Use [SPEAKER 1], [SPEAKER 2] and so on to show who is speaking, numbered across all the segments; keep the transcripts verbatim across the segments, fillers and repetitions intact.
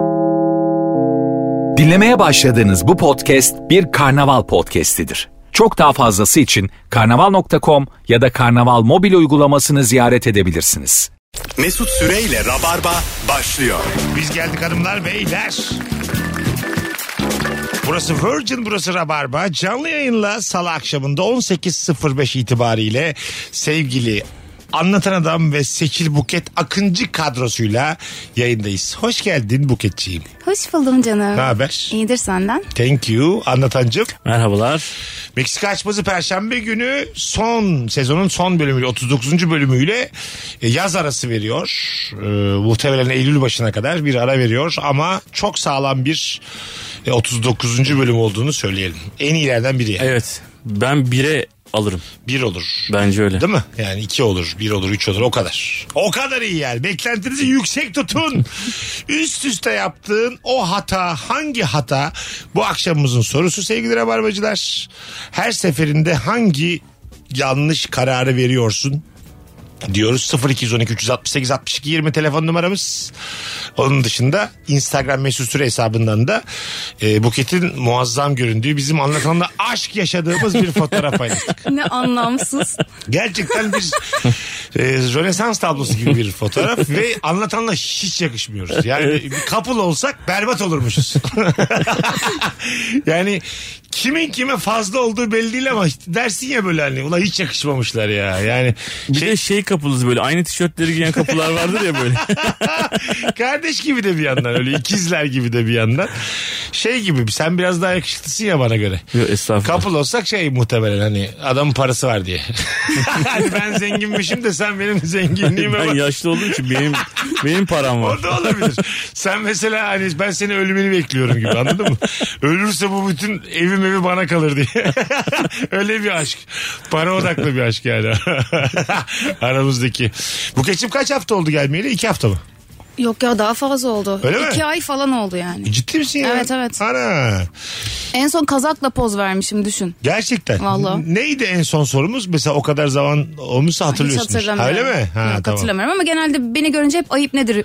[SPEAKER 1] Dinlemeye başladığınız bu podcast bir karnaval podcastidir. Çok daha fazlası için karnaval nokta com ya da karnaval mobil uygulamasını ziyaret edebilirsiniz.
[SPEAKER 2] Mesut Süreyle Rabarba başlıyor.
[SPEAKER 3] Biz geldik hanımlar beyler. Burası Virgin, burası Rabarba. Canlı yayınla salı akşamında on sekiz sıfır beş itibariyle sevgili Anlatan Adam ve Seçil Buket Akıncı kadrosuyla yayındayız. Hoş geldin Buketciğim.
[SPEAKER 4] Hoş buldum canım.
[SPEAKER 3] Ne haber?
[SPEAKER 4] İyidir senden.
[SPEAKER 3] Thank you Anlatancığım.
[SPEAKER 5] Merhabalar.
[SPEAKER 3] Meksika açması Perşembe günü son sezonun son bölümüyle otuz dokuzuncu bölümüyle yaz arası veriyor. Ee, muhtemelen Eylül başına kadar bir ara veriyor ama çok sağlam bir otuz dokuzuncu bölüm olduğunu söyleyelim. En iyilerden biri yani.
[SPEAKER 5] Evet, ben bire alırım.
[SPEAKER 3] Bir olur.
[SPEAKER 5] Bence öyle.
[SPEAKER 3] Değil mi? Yani iki olur, bir olur, üç olur, o kadar. O kadar iyi yani. Beklentinizi yüksek tutun. Üst üste yaptığın o hata hangi hata? Bu akşamımızın sorusu sevgili Rabarbacılar. Her seferinde hangi yanlış kararı veriyorsun diyoruz. sıfır iki on iki üç altı sekiz altmış iki yirmi telefon numaramız. Onun dışında Instagram mesut süre hesabından da e, Buket'in muazzam göründüğü, bizim Anlatan'la aşk yaşadığımız bir fotoğraf paylaştık.
[SPEAKER 4] Ne anlamsız.
[SPEAKER 3] Gerçekten bir e, Rönesans tablosu gibi bir fotoğraf ve Anlatan'la hiç yakışmıyoruz. Yani bir couple olsak berbat olurmuşuz. Yani kimin kime fazla olduğu belli değil ama dersin ya böyle hani ulan hiç yakışmamışlar ya. Yani
[SPEAKER 5] bir
[SPEAKER 3] şey...
[SPEAKER 5] de şey kapılız böyle aynı tişörtleri giyen kapılar vardır ya böyle.
[SPEAKER 3] Kardeş gibi de bir yandan, öyle ikizler gibi de bir yandan. Şey gibi, sen biraz daha yakışıklısın ya bana göre.
[SPEAKER 5] Yok estağfurullah.
[SPEAKER 3] Couple olsak şey muhtemelen hani adamın parası var diye. Hani ben zenginmişim de sen benim zenginliğime bak.
[SPEAKER 5] Ben yaşlı olduğum için benim benim param var.
[SPEAKER 3] O da olabilir. Sen mesela hani ben senin ölümünü bekliyorum gibi, anladın mı? Ölürse bu bütün evim evi bana kalır diye. Öyle bir aşk. Para odaklı bir aşk yani. Aramızdaki. Bu geçim kaç hafta oldu gelmeyeli? İki hafta mı?
[SPEAKER 4] Yok ya, daha fazla oldu.
[SPEAKER 3] Öyle mi?
[SPEAKER 4] İki ay falan oldu yani.
[SPEAKER 3] Ciddi misin ya?
[SPEAKER 4] Evet evet.
[SPEAKER 3] Ana.
[SPEAKER 4] En son kazakla poz vermişim, düşün.
[SPEAKER 3] Gerçekten.
[SPEAKER 4] Vallahi.
[SPEAKER 3] Neydi en son sorumuz? Mesela o kadar zaman olmuşsa hatırlıyorsunuz.
[SPEAKER 4] Hiç hatırlamıyorum.
[SPEAKER 3] Öyle mi? Ha,
[SPEAKER 4] Yok,
[SPEAKER 3] tamam.
[SPEAKER 4] hatırlamıyorum ama genelde beni görünce hep ayıp nedir?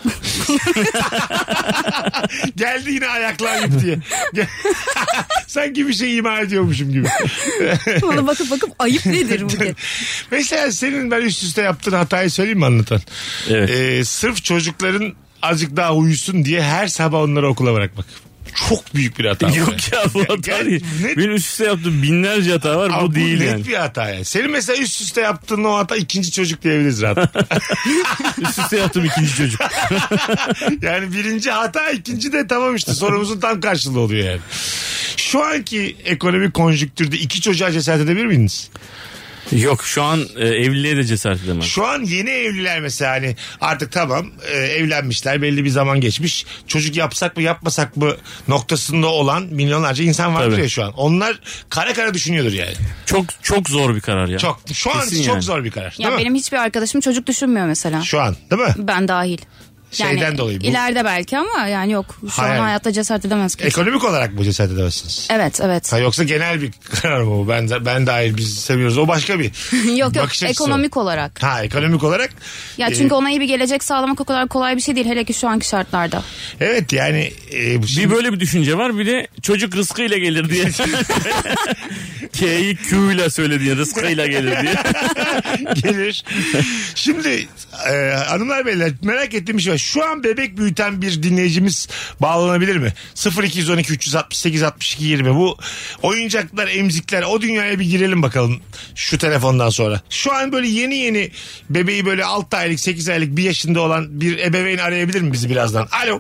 [SPEAKER 3] Geldi yine ayaklar gibi diye. Sanki bir şey ima ediyormuşum gibi.
[SPEAKER 4] Bana bakıp bakıp ayıp nedir bu?
[SPEAKER 3] Mesela senin ben üst üste yaptığın hatayı söyleyeyim mi Anlatan?
[SPEAKER 5] Evet.
[SPEAKER 3] Ee, sırf çocukların azıcık daha uyusun diye her sabah onları okula bırakmak. Çok büyük bir hata.
[SPEAKER 5] Yok ya, bu hata değil.
[SPEAKER 3] Net,
[SPEAKER 5] benim üst üste yaptığım binlerce hata var, bu,
[SPEAKER 3] bu
[SPEAKER 5] değil
[SPEAKER 3] net
[SPEAKER 5] yani.
[SPEAKER 3] bir hata yani. Senin mesela üst üste yaptığın o hata ikinci çocuk diyebiliriz rahat.
[SPEAKER 5] Üst üste yaptığım ikinci çocuk.
[SPEAKER 3] Yani birinci hata, ikinci de tamam işte sorumuzun tam karşılığı oluyor yani. Şu anki ekonomik konjüktürde iki çocuğa cesaret edebilir miydiniz?
[SPEAKER 5] Yok, şu an e, evliliğe de cesaret edemem.
[SPEAKER 3] Şu an yeni evliler mesela hani artık tamam e, evlenmişler, belli bir zaman geçmiş. Çocuk yapsak mı yapmasak mı noktasında olan milyonlarca insan vardır
[SPEAKER 5] Tabii.
[SPEAKER 3] ya şu an. Onlar kara kara düşünüyordur yani.
[SPEAKER 5] Çok çok zor bir karar ya.
[SPEAKER 3] Çok. Şu an
[SPEAKER 5] Kesin
[SPEAKER 3] çok
[SPEAKER 5] yani.
[SPEAKER 3] zor bir karar.
[SPEAKER 4] Ya
[SPEAKER 3] değil
[SPEAKER 4] benim
[SPEAKER 3] mi?
[SPEAKER 4] hiçbir arkadaşım çocuk düşünmüyor mesela.
[SPEAKER 3] Şu an değil mi?
[SPEAKER 4] Ben dahil.
[SPEAKER 3] Şeyden
[SPEAKER 4] yani
[SPEAKER 3] dolayı. Bu...
[SPEAKER 4] ileride belki ama yani yok. Şu
[SPEAKER 3] Hayır.
[SPEAKER 4] an hayatta cesaret edemez kimse.
[SPEAKER 3] Ekonomik olarak mı cesaret edemezsiniz?
[SPEAKER 4] Evet evet.
[SPEAKER 3] Ha, yoksa genel bir karar mı bu? Ben, ben dahil biz seviyoruz. O başka bir
[SPEAKER 4] Yok yok,
[SPEAKER 3] bakış açısı
[SPEAKER 4] ekonomik
[SPEAKER 3] o.
[SPEAKER 4] olarak.
[SPEAKER 3] Ha, ekonomik olarak.
[SPEAKER 4] Ya çünkü ona iyi bir gelecek sağlamak o kadar kolay bir şey değil, hele ki şu anki şartlarda.
[SPEAKER 3] Evet yani. E, bu şimdi...
[SPEAKER 5] Bir böyle bir düşünce var, bir de çocuk rızkıyla gelir diye. K'yi Q ile söylediğin rızkıyla gelir diye.
[SPEAKER 3] Gelir. Şimdi e, hanımlar beyler, merak ettiğim bir şey var. Şu an bebek büyüten bir dinleyicimiz bağlanabilir mi? sıfır iki on iki üç altı sekiz altmış iki yirmi. Bu oyuncaklar, emzikler, o dünyaya bir girelim bakalım şu telefondan sonra. Şu an böyle yeni yeni bebeği böyle altı aylık sekiz aylık bir yaşında olan bir ebeveyn arayabilir mi bizi birazdan? Alo.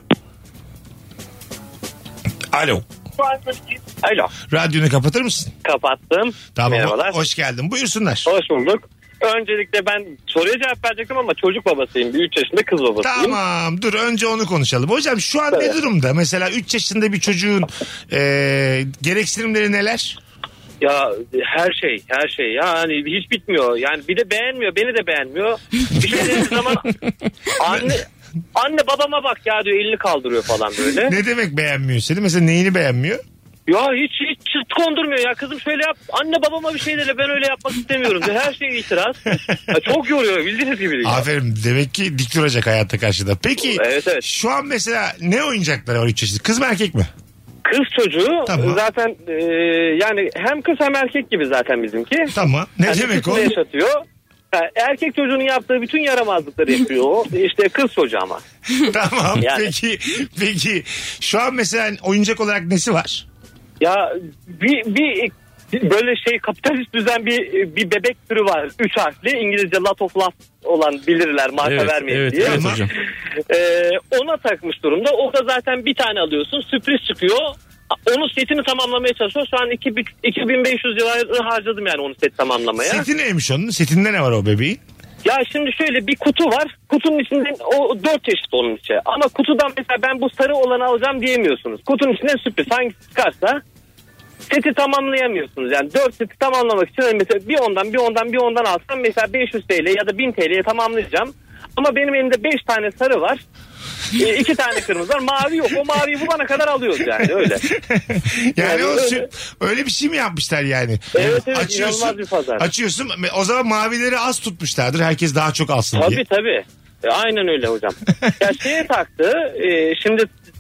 [SPEAKER 3] Alo.
[SPEAKER 6] Alo.
[SPEAKER 3] Radyonu kapatır mısın?
[SPEAKER 6] Kapattım.
[SPEAKER 3] Tamam.
[SPEAKER 6] Merhabalar.
[SPEAKER 3] Hoş geldin. Buyursunlar.
[SPEAKER 6] Hoş bulduk. Öncelikle ben soruya cevap verecektim ama çocuk babasıyım. Bir üç yaşında kız babasıyım.
[SPEAKER 3] Tamam, dur önce onu konuşalım. Hocam şu an
[SPEAKER 6] evet.
[SPEAKER 3] ne durumda? Mesela üç yaşında bir çocuğun e, gereksinimleri neler?
[SPEAKER 6] Ya her şey her şey yani hiç bitmiyor. Yani bir de beğenmiyor, beni de beğenmiyor. Bir şey dediğim zaman anne anne babama bak ya diyor, elini kaldırıyor falan böyle.
[SPEAKER 3] Ne demek beğenmiyor seni? Mesela neyini beğenmiyor?
[SPEAKER 6] Ya hiç hiç çıt kondurmuyor ya. Kızım şöyle yap. Anne babama bir şey de ben öyle yapmak istemiyorum diye. Her şeye itiraz. Ya çok yoruyor bildiğiniz gibi. Ya.
[SPEAKER 3] Aferin. Demek ki dik duracak hayatta karşıda. Peki
[SPEAKER 6] evet, evet.
[SPEAKER 3] Şu an mesela ne oyuncakları var üç yaşında? Kız mı erkek mi?
[SPEAKER 6] Kız çocuğu
[SPEAKER 3] tamam.
[SPEAKER 6] Zaten e, yani hem kız hem erkek gibi zaten bizimki.
[SPEAKER 3] Tamam. Ne
[SPEAKER 6] yani
[SPEAKER 3] demek o?
[SPEAKER 6] Yaşatıyor. Yani erkek çocuğunun yaptığı bütün yaramazlıkları yapıyor o. İşte kız çocuğu ama.
[SPEAKER 3] Tamam.
[SPEAKER 6] Yani.
[SPEAKER 3] Peki peki şu an mesela oyuncak olarak nesi var?
[SPEAKER 6] Ya bir, bir böyle şey kapitalist düzen bir bir bebek türü var. Üç harfli İngilizce lot of love olan bilirler marka
[SPEAKER 5] evet,
[SPEAKER 6] vermeyin
[SPEAKER 5] evet,
[SPEAKER 6] diye.
[SPEAKER 5] Evet hocam.
[SPEAKER 6] Ee, ona takmış durumda. O da zaten bir tane alıyorsun sürpriz çıkıyor. Onun setini tamamlamaya çalışıyor. Şu an iki bin beş yüz lira harcadım yani onu set tamamlamaya.
[SPEAKER 3] Seti neymiş onun? Setinde ne var o bebeğin?
[SPEAKER 6] Ya şimdi şöyle bir kutu var. Kutunun içinde o dört çeşit onun içi. Ama kutudan mesela ben bu sarı olanı alacağım diyemiyorsunuz. Kutunun içinde sürpriz hangisi çıkarsa seti tamamlayamıyorsunuz. Yani dört seti tamamlamak için mesela bir ondan bir ondan bir ondan alsam mesela beş yüz TL ya da bin TL'ye tamamlayacağım. Ama benim elimde beş tane sarı var. e, iki tane kırmızı var. Mavi yok. O maviyi bulana kadar alıyoruz yani öyle.
[SPEAKER 3] yani
[SPEAKER 6] yani
[SPEAKER 3] o
[SPEAKER 6] öyle.
[SPEAKER 3] öyle bir şey mi yapmışlar yani?
[SPEAKER 6] Evet evet
[SPEAKER 3] açıyorsun,
[SPEAKER 6] inanılmaz bir pazar.
[SPEAKER 3] Açıyorsun o zaman mavileri az tutmuşlardır. Herkes daha çok alsın
[SPEAKER 6] tabii,
[SPEAKER 3] diye.
[SPEAKER 6] Tabii tabii. E, aynen öyle hocam. Ya şeye taktı. E, şimdi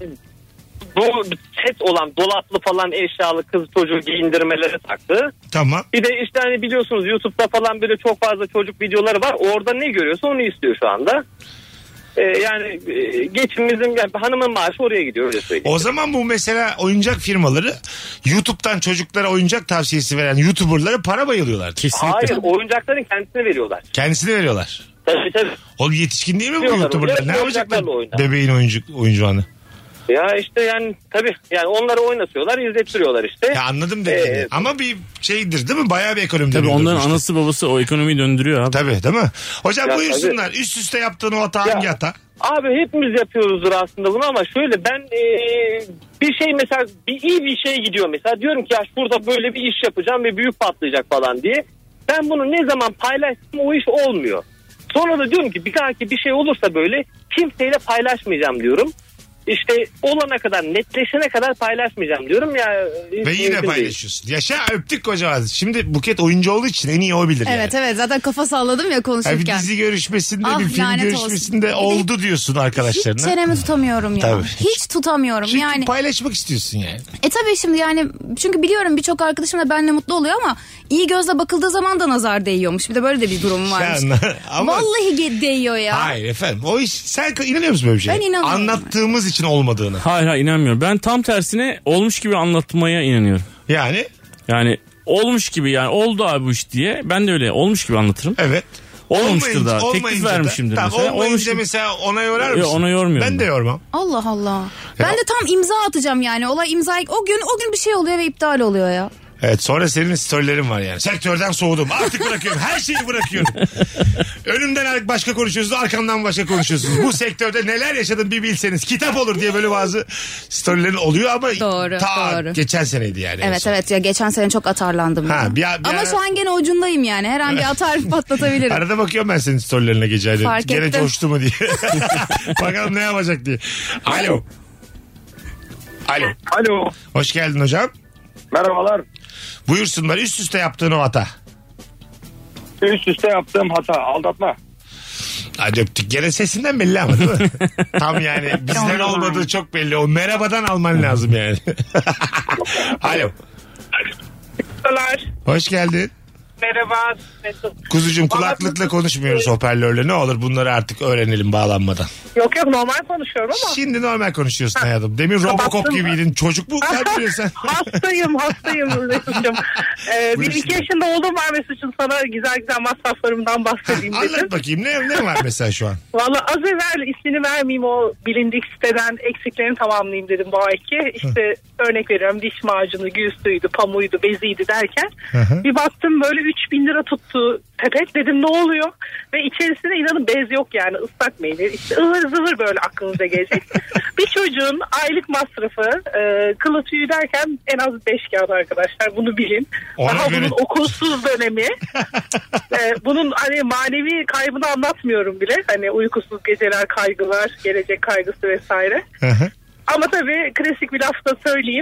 [SPEAKER 6] bu set olan dolaplı falan eşyalı kız çocuğu giyindirmeleri taktı.
[SPEAKER 3] Tamam.
[SPEAKER 6] Bir de işte hani biliyorsunuz YouTube'da falan böyle çok fazla çocuk videoları var. Orada ne görüyorsa onu istiyor şu anda. Ee, yani e, geçimimizin yani hanımın maaşı oraya gidiyor öyle söyleyeyim.
[SPEAKER 3] O zaman bu mesela oyuncak firmaları YouTube'dan çocuklara oyuncak tavsiyesi veren YouTuber'lara para bayılıyorlar.
[SPEAKER 5] Kesinlikle.
[SPEAKER 6] Hayır oyuncakların kendisine veriyorlar.
[SPEAKER 3] Kendisine veriyorlar.
[SPEAKER 6] Tabii tabii.
[SPEAKER 3] Oğlum yetişkin değil mi bu
[SPEAKER 6] Diyorlar,
[SPEAKER 3] YouTuber'lar?
[SPEAKER 6] öyle
[SPEAKER 3] Ne yapacaklar
[SPEAKER 6] oyuncaklarla oynar.
[SPEAKER 3] bebeğin oyuncu, oyuncağını?
[SPEAKER 6] Ya işte yani tabii yani onları oynatıyorlar izlettiriyorlar işte.
[SPEAKER 3] Ya anladım dediğini.
[SPEAKER 6] Ee,
[SPEAKER 3] Ama bir şeydir değil mi? Bayağı bir ekonomi
[SPEAKER 5] Tabii
[SPEAKER 3] dönüyordur
[SPEAKER 5] onların
[SPEAKER 3] işte.
[SPEAKER 5] anası babası o ekonomiyi döndürüyor abi.
[SPEAKER 3] Tabii değil mi? Hocam
[SPEAKER 6] Ya
[SPEAKER 3] buyursunlar. Tabii. Üst üste yaptığın o hata
[SPEAKER 6] Ya,
[SPEAKER 3] hangi hata?
[SPEAKER 6] Abi hepimiz yapıyoruzdur aslında bunu ama şöyle ben e, bir şey mesela bir iyi bir şey gidiyor mesela diyorum ki ya şurada böyle bir iş yapacağım ve büyük patlayacak falan diye. Ben bunu ne zaman paylaştım o iş olmuyor. Sonra da diyorum ki bir dahaki bir şey olursa böyle kimseyle paylaşmayacağım diyorum. İşte olana kadar netleşene kadar paylaşmayacağım diyorum ya.
[SPEAKER 3] Ve yine paylaşıyorsun. Yaşa öptük kocaman. Şimdi Buket oyuncu olduğu için en iyi o bilir
[SPEAKER 4] Evet
[SPEAKER 3] yani.
[SPEAKER 4] evet zaten kafa salladım ya konuşurken.
[SPEAKER 3] Yani bir dizi görüşmesinde
[SPEAKER 4] Ah,
[SPEAKER 3] bir film
[SPEAKER 4] lanet
[SPEAKER 3] görüşmesinde
[SPEAKER 4] olsun.
[SPEAKER 3] oldu diyorsun arkadaşlarına.
[SPEAKER 4] Hiç çenemi tutamıyorum ya.
[SPEAKER 3] Tabii.
[SPEAKER 4] Hiç tutamıyorum
[SPEAKER 3] Çünkü
[SPEAKER 4] yani.
[SPEAKER 3] paylaşmak istiyorsun yani.
[SPEAKER 4] E tabii şimdi yani çünkü biliyorum birçok arkadaşım da benimle mutlu oluyor ama iyi gözle bakıldığı zaman da nazar değiyormuş. Bir de böyle de bir durum varmış.
[SPEAKER 3] Sen- ama-
[SPEAKER 4] Vallahi ge- değiyor ya.
[SPEAKER 3] Hayır efendim. O iş sen inanıyor musun böyle bir şeye?
[SPEAKER 4] Ben inanıyorum.
[SPEAKER 3] Anlattığımız için olmadığını.
[SPEAKER 5] Hayır hayır inanmıyorum. Ben tam tersine olmuş gibi anlatmaya inanıyorum.
[SPEAKER 3] Yani
[SPEAKER 5] Yani olmuş gibi yani oldu abi bu iş diye. Ben de öyle olmuş gibi anlatırım.
[SPEAKER 3] evet.
[SPEAKER 5] Olmuştur
[SPEAKER 3] Olmayınca-
[SPEAKER 5] da.
[SPEAKER 3] olmayınca
[SPEAKER 5] Teklif
[SPEAKER 3] da-
[SPEAKER 5] vermişimdir
[SPEAKER 3] tamam,
[SPEAKER 5] mesela.
[SPEAKER 3] olmayınca
[SPEAKER 5] Olmuş gibi.
[SPEAKER 3] mesela ona yorar
[SPEAKER 5] Yok,
[SPEAKER 3] mısın?
[SPEAKER 5] ona yormuyorum
[SPEAKER 3] Ben de
[SPEAKER 5] ben.
[SPEAKER 3] yormam.
[SPEAKER 4] Allah Allah. Ben de tam imza atacağım yani. Olay imza o gün o gün bir şey oluyor ve iptal oluyor ya.
[SPEAKER 3] Evet sonra senin storylerin var yani. Sektörden soğudum. Artık bırakıyorum. Her şeyi bırakıyorum. Önümden başka konuşuyorsunuz. Arkamdan başka konuşuyorsunuz. Bu sektörde neler yaşadım bir bilseniz. Kitap olur diye böyle bazı storylerin oluyor ama
[SPEAKER 4] Doğru,
[SPEAKER 3] ta
[SPEAKER 4] doğru.
[SPEAKER 3] geçen seneydi yani. en
[SPEAKER 4] Evet
[SPEAKER 3] son.
[SPEAKER 4] evet ya geçen sene çok atarlandım.
[SPEAKER 3] Ha,
[SPEAKER 4] ya.
[SPEAKER 3] bir- bir
[SPEAKER 4] Ama
[SPEAKER 3] ara-
[SPEAKER 4] şu an gene ucundayım yani. Her an bir atar patlatabilirim.
[SPEAKER 3] Arada bakıyorum ben senin storylerine gece ayda.
[SPEAKER 4] Fark
[SPEAKER 3] Gene
[SPEAKER 4] ettim.
[SPEAKER 3] coştu mu diye. Bakalım ne yapacak diye. Alo. Alo.
[SPEAKER 7] Alo.
[SPEAKER 3] Hoş geldin hocam.
[SPEAKER 7] Merhabalar.
[SPEAKER 3] Buyursunlar üst üste yaptığın o hata.
[SPEAKER 7] Üst üste yaptığım hata aldatma.
[SPEAKER 3] Hadi öptük. Gene sesinden belli ama değil mi? Tam yani bizden olmadığı çok belli. O merhabadan alman lazım yani. Alo.
[SPEAKER 8] Merhabalar.
[SPEAKER 3] Hoş geldin.
[SPEAKER 8] Merhaba. Mesut.
[SPEAKER 3] Kuzucuğum kulaklıkla konuşmuyoruz hoparlörle. Ne olur bunları artık öğrenelim bağlanmadan.
[SPEAKER 8] Yok yok normal konuşuyorum ama.
[SPEAKER 3] Şimdi normal konuşuyorsun hayatım. Demin Robocop
[SPEAKER 8] Kapattın mı?
[SPEAKER 3] gibiydin. Çocuk mu kandırıyorsun sen?
[SPEAKER 8] hastayım hastayım Mesut'cum. Ee,
[SPEAKER 3] Buyur
[SPEAKER 8] bir iki
[SPEAKER 3] şimdi.
[SPEAKER 8] yaşında oğlum var Mesut'cum sana güzel güzel masraflarımdan bahsedeyim dedim.
[SPEAKER 3] Anlat bakayım ne, ne var mesela şu an?
[SPEAKER 8] Valla az evvel ismini vermeyeyim o bilindik siteden eksiklerini tamamlayayım dedim bu ayki. İşte örnek veriyorum diş macunu, gül suyuydu, pamuğuydu, beziydi derken.
[SPEAKER 3] hı.
[SPEAKER 8] Bir baktım böyle üç bin lira tuttu sepet dedim ne oluyor? Ve içerisinde inanın bez yok yani ıslak meyve. İşte ıvır zıvır böyle aklınıza gelecek. Bir çocuğun aylık masrafı e, kılı tüyü derken en az beş kağıt arkadaşlar bunu bilin.
[SPEAKER 3] Ona
[SPEAKER 8] Daha
[SPEAKER 3] göre-
[SPEAKER 8] bunun okulsuz dönemi. e, bunun hani manevi kaybını anlatmıyorum bile. Hani uykusuz geceler, kaygılar, gelecek kaygısı vesaire.
[SPEAKER 3] Hı hı.
[SPEAKER 8] Ama tabii klasik bir laf da söyleyeyim.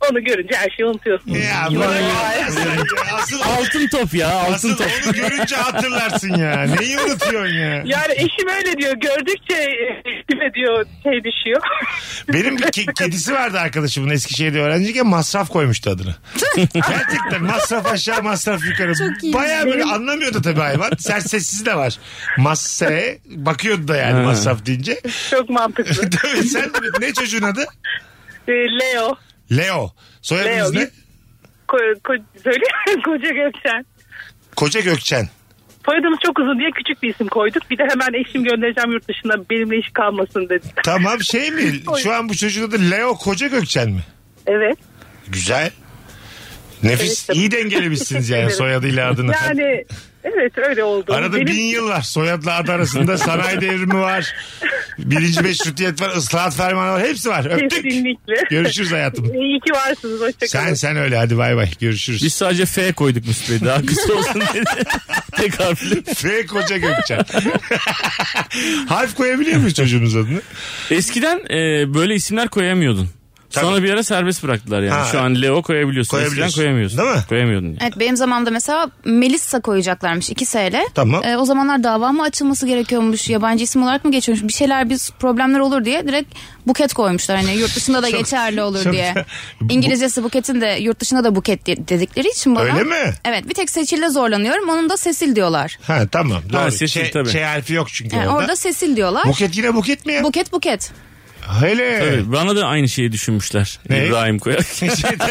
[SPEAKER 8] Onu görünce her şeyi unutuyorsun.
[SPEAKER 3] Ya bırak asıl,
[SPEAKER 5] Altın top ya altın
[SPEAKER 3] asıl
[SPEAKER 5] top.
[SPEAKER 3] onu görünce hatırlarsın ya. Neyi unutuyorsun ya?
[SPEAKER 8] Yani eşim öyle diyor. Gördükçe eşime diyor şey düşüyor.
[SPEAKER 3] Benim bir ke- kedisi vardı arkadaşımın Eskişehir'de öğrenciyken, masraf koymuştu adını. Gerçekten masraf aşağı masraf yukarı.
[SPEAKER 4] Çok iyi.
[SPEAKER 3] Bayağı böyle anlamıyordu tabii hayvan. Sert sessiz de var. Masse bakıyordu da yani masraf deyince.
[SPEAKER 8] Çok mantıklı.
[SPEAKER 3] Tabii sen ne çocuğun adı?
[SPEAKER 8] Ee, Leo.
[SPEAKER 3] Leo. Soyadınız
[SPEAKER 8] Leo.
[SPEAKER 3] ne?
[SPEAKER 8] Ko- ko- söyle Koca Gökçen.
[SPEAKER 3] Koca Gökçen.
[SPEAKER 8] Soyadımız çok uzun diye küçük bir isim koyduk. Bir de hemen eşim göndereceğim yurt dışına, benimle iş kalmasın dedi.
[SPEAKER 3] Tamam, şey mi? Şu an bu çocuğun adı Leo Koca Gökçen mi?
[SPEAKER 8] Evet.
[SPEAKER 3] Güzel. Nefis.
[SPEAKER 8] Evet,
[SPEAKER 3] iyi dengelemişsiniz yani
[SPEAKER 8] Evet.
[SPEAKER 3] soyadıyla adını.
[SPEAKER 8] Yani evet öyle oldu.
[SPEAKER 3] Arada
[SPEAKER 8] Benim...
[SPEAKER 3] bin yıl var. Soyadla adı arasında sanayi devrimi var. Birinci meşrutiyet var. Islahat fermanı var. Hepsi var. Öptük.
[SPEAKER 8] Kesinlikle.
[SPEAKER 3] Görüşürüz hayatım.
[SPEAKER 8] İyi ki varsınız. Hoşçakalın.
[SPEAKER 3] Sen sen öyle, hadi bay bay. Görüşürüz.
[SPEAKER 5] Biz sadece F koyduk Mesut Bey. Daha kısa olsun dedi. Tek harfli.
[SPEAKER 3] F Koca Gökçen. Harf koyabiliyor muyuz çocuğunuz adını?
[SPEAKER 5] Eskiden e, böyle isimler koyamıyordun.
[SPEAKER 3] Tabii.
[SPEAKER 5] Sonra bir ara serbest bıraktılar yani.
[SPEAKER 3] Ha,
[SPEAKER 5] Şu an Leo koyabiliyorsun.
[SPEAKER 3] koyabiliyorsun.
[SPEAKER 5] Eskiden koyamıyorsun.
[SPEAKER 3] Değil mi?
[SPEAKER 5] Koyamıyordun yani.
[SPEAKER 4] Evet, benim zamanımda mesela Melissa koyacaklarmış iki S L.
[SPEAKER 3] Tamam.
[SPEAKER 4] Ee, o zamanlar dava mı açılması gerekiyormuş, yabancı isim olarak mı geçiyormuş, bir şeyler, bir problemler olur diye direkt Buket koymuşlar. Hani yurt dışında da
[SPEAKER 3] Çok-
[SPEAKER 4] geçerli olur
[SPEAKER 3] çok-
[SPEAKER 4] diye.
[SPEAKER 3] Bu-
[SPEAKER 4] İngilizcesi Buket'in de yurt dışında da Buket de- dedikleri için bana.
[SPEAKER 3] Öyle mi?
[SPEAKER 4] Evet, bir tek Seçil'de zorlanıyorum. Onun da Sesil diyorlar.
[SPEAKER 3] Ha tamam. Doğru.
[SPEAKER 5] Ha, Sesil,
[SPEAKER 3] Ç,
[SPEAKER 5] tabii.
[SPEAKER 3] Ç harfi yok çünkü
[SPEAKER 4] Yani
[SPEAKER 3] orada.
[SPEAKER 4] orada Sesil diyorlar.
[SPEAKER 3] Buket yine Buket mi ya?
[SPEAKER 4] Buket Buket.
[SPEAKER 3] Hele.
[SPEAKER 5] Tabii, bana da aynı şeyi düşünmüşler.
[SPEAKER 3] Ne?
[SPEAKER 5] İbrahim koyarken.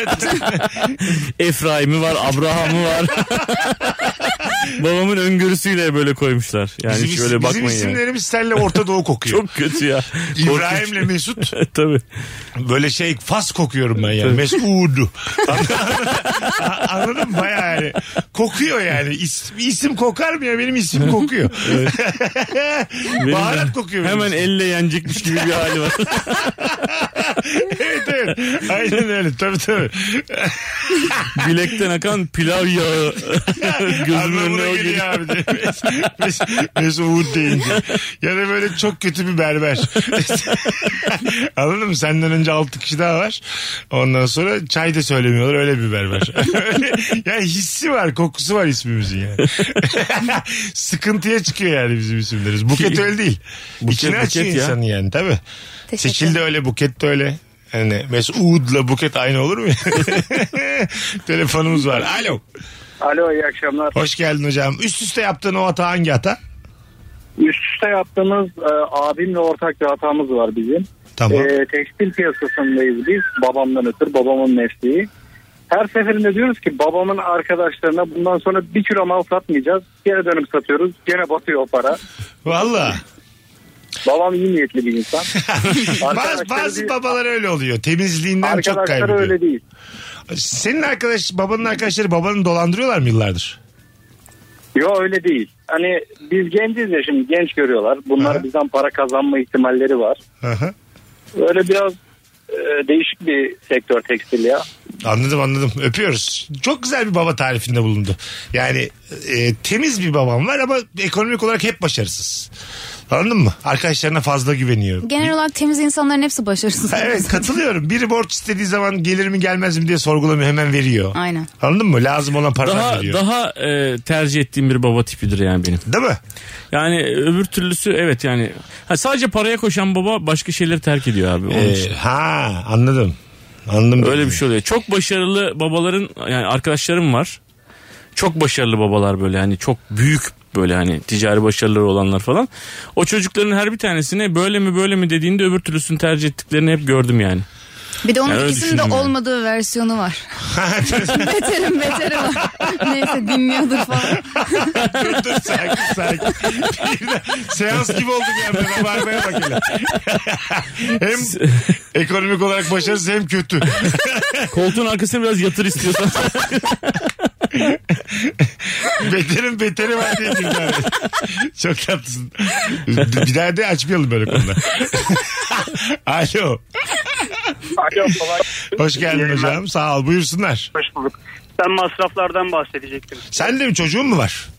[SPEAKER 5] Efraim'i var, Abraham'ı var. Babamın öngörüsüyle böyle koymuşlar. Yani
[SPEAKER 3] Bizim,
[SPEAKER 5] hiç öyle
[SPEAKER 3] bizim
[SPEAKER 5] bakmayın yani.
[SPEAKER 3] isimlerimiz seninle Orta Doğu kokuyor.
[SPEAKER 5] Çok kötü ya.
[SPEAKER 3] İbrahim'le Mesut.
[SPEAKER 5] Tabii.
[SPEAKER 3] Böyle şey, Fas kokuyorum ben yani. Mesut. Anladın mı? Bayağı yani. Kokuyor yani. İsim, isim kokar mı ya? Benim isim kokuyor.
[SPEAKER 5] Benim
[SPEAKER 3] Baharat
[SPEAKER 5] de
[SPEAKER 3] kokuyor. benim
[SPEAKER 5] Hemen
[SPEAKER 3] isim.
[SPEAKER 5] elle yenecekmiş gibi bir hali var.
[SPEAKER 3] Evet evet. Aynen öyle. Tabii tabii.
[SPEAKER 5] Bilekten akan pilav yağı. Gözümün önüne
[SPEAKER 3] Anlamına
[SPEAKER 5] o
[SPEAKER 3] geliyor
[SPEAKER 5] geliyor.
[SPEAKER 3] abi de. Mes- Mes- Mesut deyince. Ya da böyle çok kötü bir berber. Anladın mı? Senden önce altı kişi daha var. Ondan sonra çay da söylemiyorlar. Öyle bir berber. Öyle, yani hissi var, kokusu var ismimizin yani. Sıkıntıya çıkıyor yani bizim isimlerimiz. Buket öyle değil.
[SPEAKER 5] Buket,
[SPEAKER 3] İçine açıyor
[SPEAKER 5] buket ya.
[SPEAKER 3] insanı yani tabii.
[SPEAKER 4] Teşekkür
[SPEAKER 3] Seçil de öyle, Buket de öyle. Yani Mesut'la Buket aynı olur mu? Telefonumuz var. Alo.
[SPEAKER 7] Alo, iyi akşamlar.
[SPEAKER 3] Hoş geldin hocam. Üst üste yaptığın o hata hangi hata?
[SPEAKER 7] Üst üste yaptığımız e, abimle ortak bir hatamız var bizim.
[SPEAKER 3] Tamam.
[SPEAKER 7] E, tekstil piyasasındayız biz. Babamdan ötürü, babamın mesleği. Her seferinde diyoruz ki babamın arkadaşlarına bundan sonra bir kilo mal satmayacağız. Gene dönüp satıyoruz. Gene batıyor o para.
[SPEAKER 3] Valla.
[SPEAKER 7] Babam iyi niyetli bir insan.
[SPEAKER 3] Bazı,
[SPEAKER 7] Arkadaşları
[SPEAKER 3] bazı
[SPEAKER 7] değil-
[SPEAKER 3] babalar öyle oluyor. Temizliğinden çok
[SPEAKER 7] Arkadaşlar
[SPEAKER 3] kaybediyor.
[SPEAKER 7] öyle değil.
[SPEAKER 3] Senin arkadaş, babanın arkadaşları babanı dolandırıyorlar mı yıllardır?
[SPEAKER 7] Yok öyle değil. Hani biz genciz ya, şimdi genç görüyorlar. Bunlar
[SPEAKER 3] Aha.
[SPEAKER 7] bizden para kazanma ihtimalleri var.
[SPEAKER 3] Hı hı.
[SPEAKER 7] Öyle biraz e, değişik bir sektör tekstil ya.
[SPEAKER 3] Anladım anladım. Öpüyoruz. Çok güzel bir baba tarifinde bulundu. Yani e, temiz bir babam var ama ekonomik olarak hep başarısız. Anladın mı? Arkadaşlarına fazla güveniyor.
[SPEAKER 4] Genel olarak temiz insanların hepsi başarısız.
[SPEAKER 3] Ha, evet, katılıyorum. Biri borç istediği zaman gelir mi gelmez mi diye sorgulamıyor, hemen veriyor.
[SPEAKER 4] Aynen.
[SPEAKER 3] Anladın mı? Lazım olan paralar
[SPEAKER 5] Daha
[SPEAKER 3] veriyor.
[SPEAKER 5] daha e, tercih ettiğim bir baba tipidir yani benim.
[SPEAKER 3] Değil mi?
[SPEAKER 5] Yani öbür türlüsü evet yani ha, sadece paraya koşan baba başka şeyleri terk ediyor abi. Onun
[SPEAKER 3] Ee,
[SPEAKER 5] için.
[SPEAKER 3] ha anladım. Anladım.
[SPEAKER 5] Öyle bir şey oluyor. Çok başarılı babaların yani arkadaşlarım var. Çok başarılı babalar böyle hani çok büyük böyle hani ticari başarıları olanlar falan. O çocukların her bir tanesine böyle mi böyle mi dediğinde öbür türlüsünü tercih ettiklerini hep gördüm yani.
[SPEAKER 4] Bir de onun
[SPEAKER 5] Yani öyle
[SPEAKER 4] ikisinin de
[SPEAKER 5] düşündüm yani.
[SPEAKER 4] olmadığı versiyonu var. beterim beteri var. Neyse dinliyordur falan.
[SPEAKER 3] dur dur sakin sakin. Birden seans gibi oldu bir anda. Rabarbaya bak hele. Hem ekonomik olarak başarısız hem kötü.
[SPEAKER 5] Koltuğun arkasına biraz yatır istiyorsan.
[SPEAKER 3] Beterim beteri var diye bir tane. Çok tatlısın. Bir daha de açmayalım böyle konuda. Alo.
[SPEAKER 7] Alo, kolay.
[SPEAKER 3] Hoş geldin hocam. Sağ ol. Buyursunlar.
[SPEAKER 9] Hoş bulduk. Ben masraflardan bahsedecektim.
[SPEAKER 3] Sen de mi çocuğun mu var?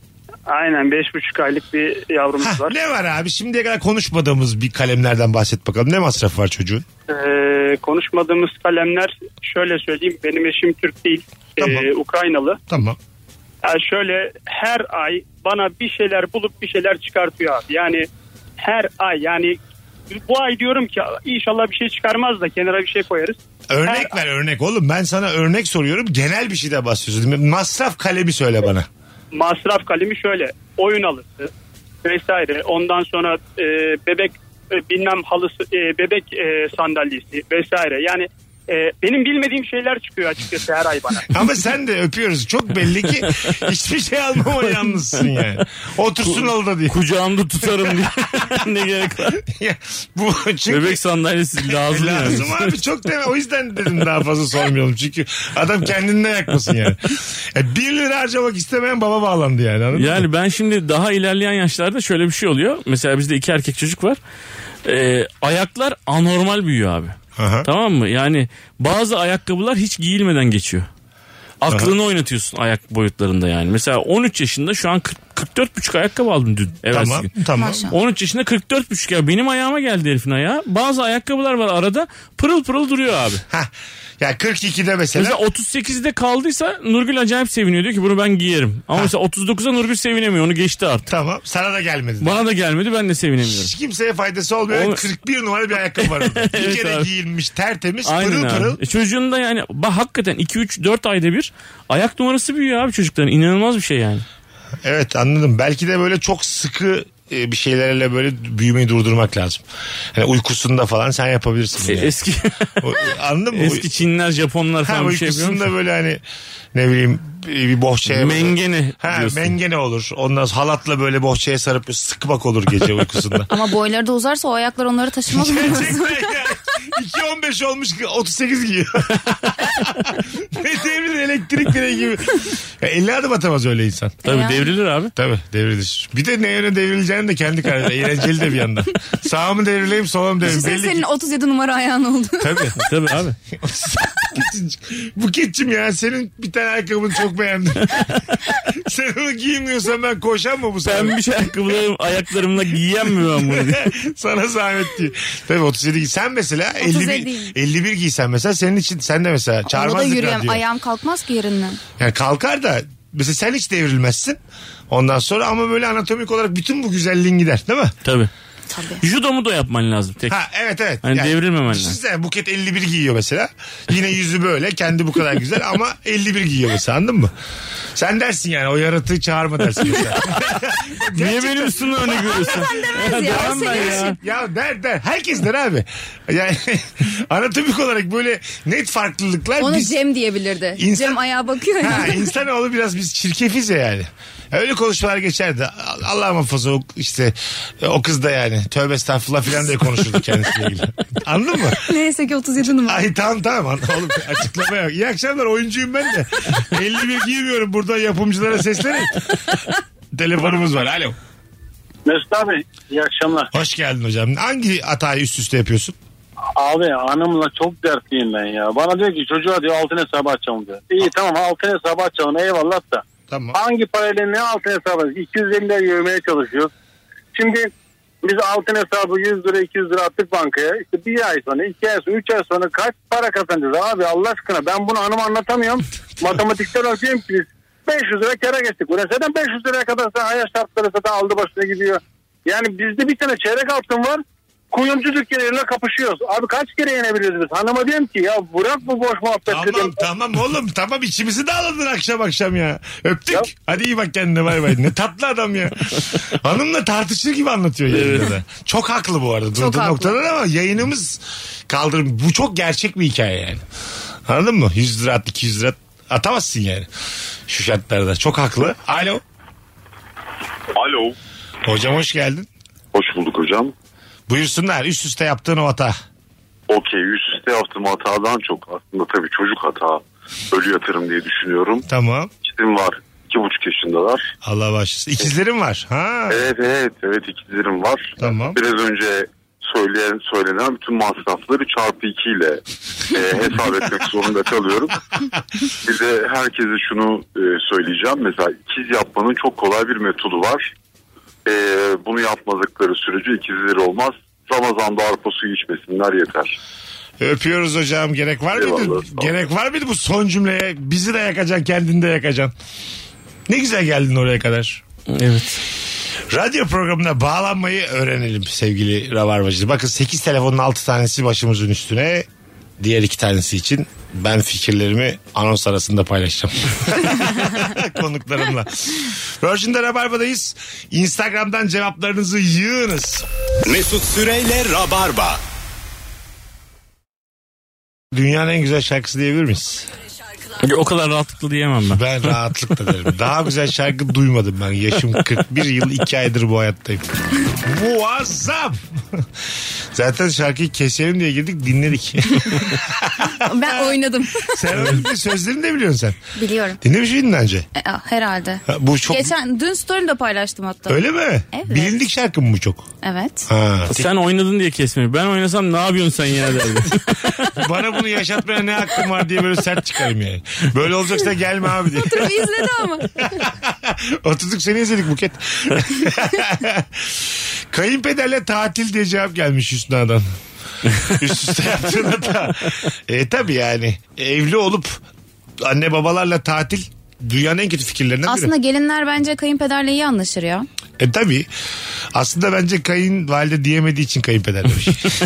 [SPEAKER 7] Aynen beş buçuk aylık bir yavrumuz
[SPEAKER 3] Hah,
[SPEAKER 7] var.
[SPEAKER 3] ne var abi? Şimdiye kadar konuşmadığımız bir kalemlerden bahset bakalım. Ne masrafı var çocuğun?
[SPEAKER 7] Ee, konuşmadığımız kalemler şöyle söyleyeyim. Benim eşim Türk değil.
[SPEAKER 3] Tamam.
[SPEAKER 7] Ee, Ukraynalı.
[SPEAKER 3] Tamam.
[SPEAKER 7] Yani şöyle her ay bana bir şeyler bulup bir şeyler çıkartıyor abi. Yani her ay yani bu ay diyorum ki inşallah bir şey çıkarmaz da kenara bir şey koyarız.
[SPEAKER 3] Örnek
[SPEAKER 7] her
[SPEAKER 3] ver örnek oğlum. Ben sana örnek soruyorum. Genel bir şeyden bahsediyorsun. Masraf kalemi söyle bana.
[SPEAKER 7] Masraf kalemi şöyle. Oyun alısı vesaire. Ondan sonra e, bebek e, bilmem halısı, e, bebek e, sandalyesi vesaire. Yani e, benim bilmediğim şeyler çıkıyor açıkçası her ay bana.
[SPEAKER 3] Ama sen de öpüyoruz. Çok belli ki hiçbir şey almama yalnızsın yani. Otursun alda diye.
[SPEAKER 5] Kucağımda tutarım diye. Ne gerek var?
[SPEAKER 3] Ya, bu çünkü
[SPEAKER 5] Bebek sandalyesi lazım,
[SPEAKER 3] lazım
[SPEAKER 5] yani.
[SPEAKER 3] abi çok deme. O yüzden dedim daha fazla sormayalım. Çünkü adam kendine yakmasın yani. yani. Bir lira harcamak istemeyen baba bağlandı yani. Anladın
[SPEAKER 5] Yani
[SPEAKER 3] mı?
[SPEAKER 5] ben şimdi daha ilerleyen yaşlarda şöyle bir şey oluyor. Mesela bizde iki erkek çocuk var. Ee, ayaklar anormal büyüyor abi.
[SPEAKER 3] Aha.
[SPEAKER 5] Tamam mı? Yani bazı ayakkabılar hiç giyilmeden geçiyor. Aklını Aha. oynatıyorsun ayak boyutlarında yani. Mesela on üç yaşında şu an kırk, kırk dört buçuk ayakkabı aldım dün.
[SPEAKER 3] Tamam,
[SPEAKER 5] gün.
[SPEAKER 3] tamam.
[SPEAKER 5] on üç yaşında kırk dört buçuk ya. Benim ayağıma geldi herifin ayağı. Bazı ayakkabılar var arada pırıl pırıl duruyor abi.
[SPEAKER 3] Hah. Ya kırk ikide mesela.
[SPEAKER 5] Mesela otuz sekizde kaldıysa Nurgül acayip seviniyor. Diyor ki bunu ben giyerim. Ama ha. mesela otuz dokuzda Nurgül sevinemiyor. Onu geçti artık.
[SPEAKER 3] Tamam. Sana da gelmedi.
[SPEAKER 5] Bana da gelmedi. Ben de sevinemiyorum.
[SPEAKER 3] Hiç kimseye faydası olmuyor. O... kırk bir numara bir ayakkabı var orada. Bir
[SPEAKER 5] evet
[SPEAKER 3] kere
[SPEAKER 5] abi.
[SPEAKER 3] giyilmiş tertemiz
[SPEAKER 5] aynen
[SPEAKER 3] pırıl
[SPEAKER 5] abi.
[SPEAKER 3] pırıl.
[SPEAKER 5] E çocuğun da yani bak hakikaten iki üç dört ayda bir ayak numarası büyüyor abi çocukların. İnanılmaz bir şey yani.
[SPEAKER 3] Evet anladım. Belki de böyle çok sıkı bir şeylerle böyle büyümeyi durdurmak lazım. Yani uykusunda falan sen yapabilirsin.
[SPEAKER 5] E,
[SPEAKER 3] yani.
[SPEAKER 5] Eski
[SPEAKER 3] o, anladın mı?
[SPEAKER 5] Eski Çinler, Japonlar falan
[SPEAKER 3] ha,
[SPEAKER 5] bir şey yapıyor mu?
[SPEAKER 3] Uykusunda böyle hani ne bileyim bir bohçaya
[SPEAKER 5] mengene
[SPEAKER 3] ha,
[SPEAKER 5] diyorsun.
[SPEAKER 3] mengene olur. Ondan sonra halatla böyle bohçaya sarıp sıkmak olur gece uykusunda.
[SPEAKER 4] Ama boyları da uzarsa o ayaklar onları taşımaz mı?
[SPEAKER 3] iki on beş olmuş otuz sekiz giyiyor. Ne devrilir elektrik direği gibi. Ya elli adım atamaz öyle insan.
[SPEAKER 5] Tabii
[SPEAKER 4] yani.
[SPEAKER 5] devrilir abi.
[SPEAKER 3] Tabii devrilir. Bir de ne yöne devrileceğini de kendi kararı. Eğlenceli de bir yandan. Sağa mı devrileyim sola mı devrileyim?
[SPEAKER 4] Düşünsene senin ki... otuz yedi numara ayağın oldu.
[SPEAKER 3] Tabii.
[SPEAKER 5] Tabii abi.
[SPEAKER 3] Buketçim ya senin bir tane ayakkabını çok beğendim. Sen onu giymiyorsan ben koşam mı bu sefer?
[SPEAKER 5] Ben bir şey ayakkabılarım ayaklarımla giyen mi ben bunu diye.
[SPEAKER 3] Sana zahmet değil. Tabii otuz yedi giy. Sen mesela elli bir, elli bir giysen mesela senin için sen de mesela çağırmazdık
[SPEAKER 4] radyoya. Orada
[SPEAKER 3] radyoya.
[SPEAKER 4] ayağım kalkmaz ki yerinden.
[SPEAKER 3] Yani kalkar da mesela sen hiç devrilmezsin. Ondan sonra ama böyle anatomik olarak bütün bu güzelliğin gider değil mi?
[SPEAKER 5] Tabii.
[SPEAKER 4] Tabii.
[SPEAKER 5] Judo mu da yapman lazım tek.
[SPEAKER 3] Ha evet evet.
[SPEAKER 5] Hani yani, devrilmemen lazım.
[SPEAKER 3] Düşünsene Buket elli bir giyiyor mesela. Yine yüzü böyle kendi bu kadar güzel ama elli bir giyiyor mesela anladın mı? Sen dersin yani o yaratığı çağırma dersin mesela.
[SPEAKER 5] Niye benim üstümden örnek görüyorsun?
[SPEAKER 4] Demez ya. O senin
[SPEAKER 3] ya. Ya der der. Herkes der abi. Yani anatomik olarak böyle net farklılıklar.
[SPEAKER 4] Onu
[SPEAKER 3] biz...
[SPEAKER 4] Cem diyebilirdi.
[SPEAKER 3] İnsan...
[SPEAKER 4] Cem ayağa bakıyor ya.
[SPEAKER 3] Ha, insanoğlu biraz biz çirkefiz ya yani. Öyle konuşmalar geçerdi. Allah muhafaza o işte o kız da yani tövbe estağfurullah filan diye konuşurdu kendisiyle ilgili. Anladın mı?
[SPEAKER 4] Neyse ki otuz yedi numara.
[SPEAKER 3] Ay tamam tamam oğlum açıklama yok. İyi akşamlar oyuncuyum ben de. elli bir giymiyorum buradan yapımcılara seslenin. Telefonumuz var alo.
[SPEAKER 7] Mesut abi iyi akşamlar.
[SPEAKER 3] Hoş geldin hocam. Hangi hatayı üst üste yapıyorsun?
[SPEAKER 7] Abi hanımla çok dertliyim ben ya. Bana diyor ki çocuğa diyor altın hesabı açalım diyor. İyi tamam altın hesabı açalım eyvallah da. Tamam. Hangi parayla ne altın hesabı? iki yüz elli lira yövmeye çalışıyoruz. Şimdi biz altın hesabı yüz lira iki yüz lira attık bankaya. İşte bir ay sonra iki ay sonra üç ay sonra kaç para kazanacağız abi Allah aşkına. Ben bunu hanıma anlatamıyorum. Matematikten okuyorum ki biz beş yüz lira kâra geçtik. Bu zaten beş yüz liraya kadar hayat şartları zaten aldı başına gidiyor. Yani bizde bir tane çeyrek altın var. Kuyumcu dükkanıyla kapışıyoruz. Abi kaç kere yenebiliriz biz? Hanıma diyorum ki ya bırak bu boş muhabbet.
[SPEAKER 3] Tamam
[SPEAKER 7] dedim.
[SPEAKER 3] tamam oğlum tamam içimizi dağıladın akşam akşam ya. Öptük.
[SPEAKER 7] Ya.
[SPEAKER 3] Hadi iyi bak kendine bay bay. Ne tatlı adam ya. Hanımla tartışır gibi anlatıyor yayında da. Çok haklı bu arada. Durduğu noktalar ama yayınımız kaldırır. Bu çok gerçek bir hikaye yani. Anladın mı? yüz lira at iki yüz lira atamazsın yani. Şu şartlarda. Çok haklı. Alo.
[SPEAKER 9] Alo.
[SPEAKER 3] Hocam hoş geldin.
[SPEAKER 9] Hoş bulduk hocam.
[SPEAKER 3] Buyursunlar üst üste yaptığın o hata.
[SPEAKER 9] Okey üst üste yaptığım hatadan çok aslında tabii çocuk hata. Ölü yatırım diye düşünüyorum.
[SPEAKER 3] Tamam.
[SPEAKER 9] İkizim var. iki buçuk yaşındalar.
[SPEAKER 3] Allah bağışlasın. İkizlerim var. Ha.
[SPEAKER 9] Evet evet evet ikizlerim var.
[SPEAKER 3] Tamam.
[SPEAKER 9] Biraz önce söyleyen, söylenen bütün masrafları çarpı iki ile e, hesap etmek zorunda kalıyorum. Bir de herkese şunu e, söyleyeceğim. Mesela ikiz yapmanın çok kolay bir metodu var. E, bunu yapmadıkları sürece ikizleri olmaz. Ramazan'da arpa suyu içmesinler yeter.
[SPEAKER 3] Öpüyoruz hocam. Gerek var mıydı? Eyvallah, Gerek var mıydı bu son cümleye? Bizi de yakacaksın, kendini de yakacaksın. Ne güzel geldin oraya kadar.
[SPEAKER 5] Evet.
[SPEAKER 3] Radyo programına bağlanmayı öğrenelim sevgili Rabarbacı. Bakın sekiz telefonun altı tanesi başımızın üstüne. Diğer iki tanesi için ben fikirlerimi anons arasında paylaşacağım. Konuklarımla. Virgin'de Rabarba'dayız. Instagram'dan cevaplarınızı yığınız.
[SPEAKER 2] Mesut Süreyle Rabarba.
[SPEAKER 3] Dünyanın en güzel şarkısı diyebilir miyiz?
[SPEAKER 5] O kadar rahatlıkla diyemem ben.
[SPEAKER 3] Ben rahatlıkla derim. Daha güzel şarkı duymadım ben. Yaşım kırk bir yıl iki aydır bu hayattayım. Muazzam. Zaten şarkıyı keselim diye girdik, dinledik.
[SPEAKER 4] Ben oynadım.
[SPEAKER 3] Sen oynadın, sözlerini de biliyorsun sen.
[SPEAKER 4] Biliyorum.
[SPEAKER 3] Dinlemiş miydin önce?
[SPEAKER 4] E, herhalde.
[SPEAKER 3] Ha, bu çok...
[SPEAKER 4] Geçen dün story'imde paylaştım hatta.
[SPEAKER 3] Öyle mi?
[SPEAKER 4] Evet.
[SPEAKER 3] Bilindik şarkı mı bu çok?
[SPEAKER 4] Evet.
[SPEAKER 3] Ha.
[SPEAKER 5] Sen oynadın diye kesmiyor. Ben oynasam ne yapıyorsun sen ya derdim.
[SPEAKER 3] Bana bunu yaşatmaya ne hakkım var diye böyle sert çıkarım yani. Böyle olacaksa gelme abi diye.
[SPEAKER 4] Oturup izledi ama.
[SPEAKER 3] Oturduk seni izledik Buket. Kayınpederle tatil diye cevap gelmiş Hüsna'dan. Üst üste yaptığında da. E tabi yani evli olup anne babalarla tatil dünyanın en kötü fikirlerinden biri.
[SPEAKER 4] Aslında gelinler bence kayınpederle iyi anlaşır ya.
[SPEAKER 3] E tabi. Aslında bence kayınvalide diyemediği için kayınpeder demiş.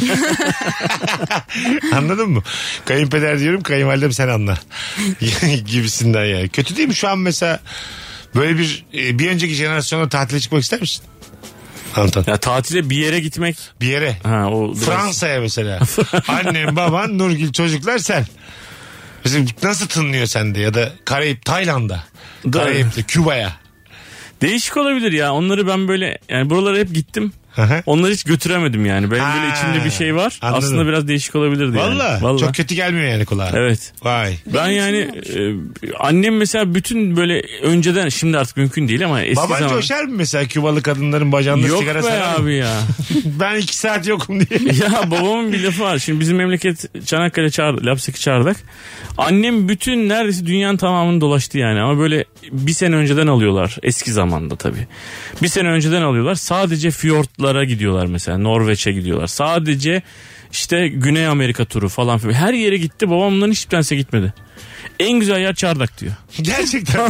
[SPEAKER 3] Anladın mı? Kayınpeder diyorum, kayınvalidem sen anla. Gibisinden yani. Kötü değil mi şu an mesela böyle bir bir önceki jenerasyona tatile çıkmak ister misin? Anlatan.
[SPEAKER 5] Ya tatile bir yere gitmek.
[SPEAKER 3] Bir yere.
[SPEAKER 5] Ha, o biraz...
[SPEAKER 3] Fransa'ya mesela. Annem, baban, Nurgül, çocuklar, sen. Mesela nasıl tınlıyor sende ya da Karayip, Tayland'a. Karayip'te, Küba'ya.
[SPEAKER 5] Değişik olabilir ya. Onları ben böyle yani buralara hep gittim.
[SPEAKER 3] Aha.
[SPEAKER 5] Onları hiç götüremedim yani. Benim
[SPEAKER 3] Ha,
[SPEAKER 5] böyle içimde bir şey var.
[SPEAKER 3] Anladım.
[SPEAKER 5] Aslında biraz değişik olabilirdi yani.
[SPEAKER 3] Vallahi.
[SPEAKER 5] Vallahi.
[SPEAKER 3] Çok kötü gelmiyor yani kulağa.
[SPEAKER 5] Evet.
[SPEAKER 3] Vay.
[SPEAKER 5] Ben yani e, annem mesela bütün böyle önceden, şimdi artık mümkün değil ama eski
[SPEAKER 3] Baban
[SPEAKER 5] zaman.
[SPEAKER 3] coşar mı mesela Kübalı kadınların bacağında
[SPEAKER 5] Yok
[SPEAKER 3] sigara
[SPEAKER 5] be
[SPEAKER 3] sarar mı?
[SPEAKER 5] abi ya.
[SPEAKER 3] Ben iki saat yokum diye.
[SPEAKER 5] Ya babamın bir lafı var. Şimdi bizim memleket Çanakkale Çağ, Lapseki Çardak. Annem bütün neredeyse dünyanın tamamını dolaştı yani. Ama böyle bir sene önceden alıyorlar. Eski zamanda tabii. Bir sene önceden alıyorlar. Sadece fiyortlara gidiyorlar mesela. Norveç'e gidiyorlar. Sadece işte Güney Amerika turu falan. Her yere gitti. Babamdan hiçbir tanesi gitmedi. En güzel yer Çardak diyor.
[SPEAKER 3] Gerçekten.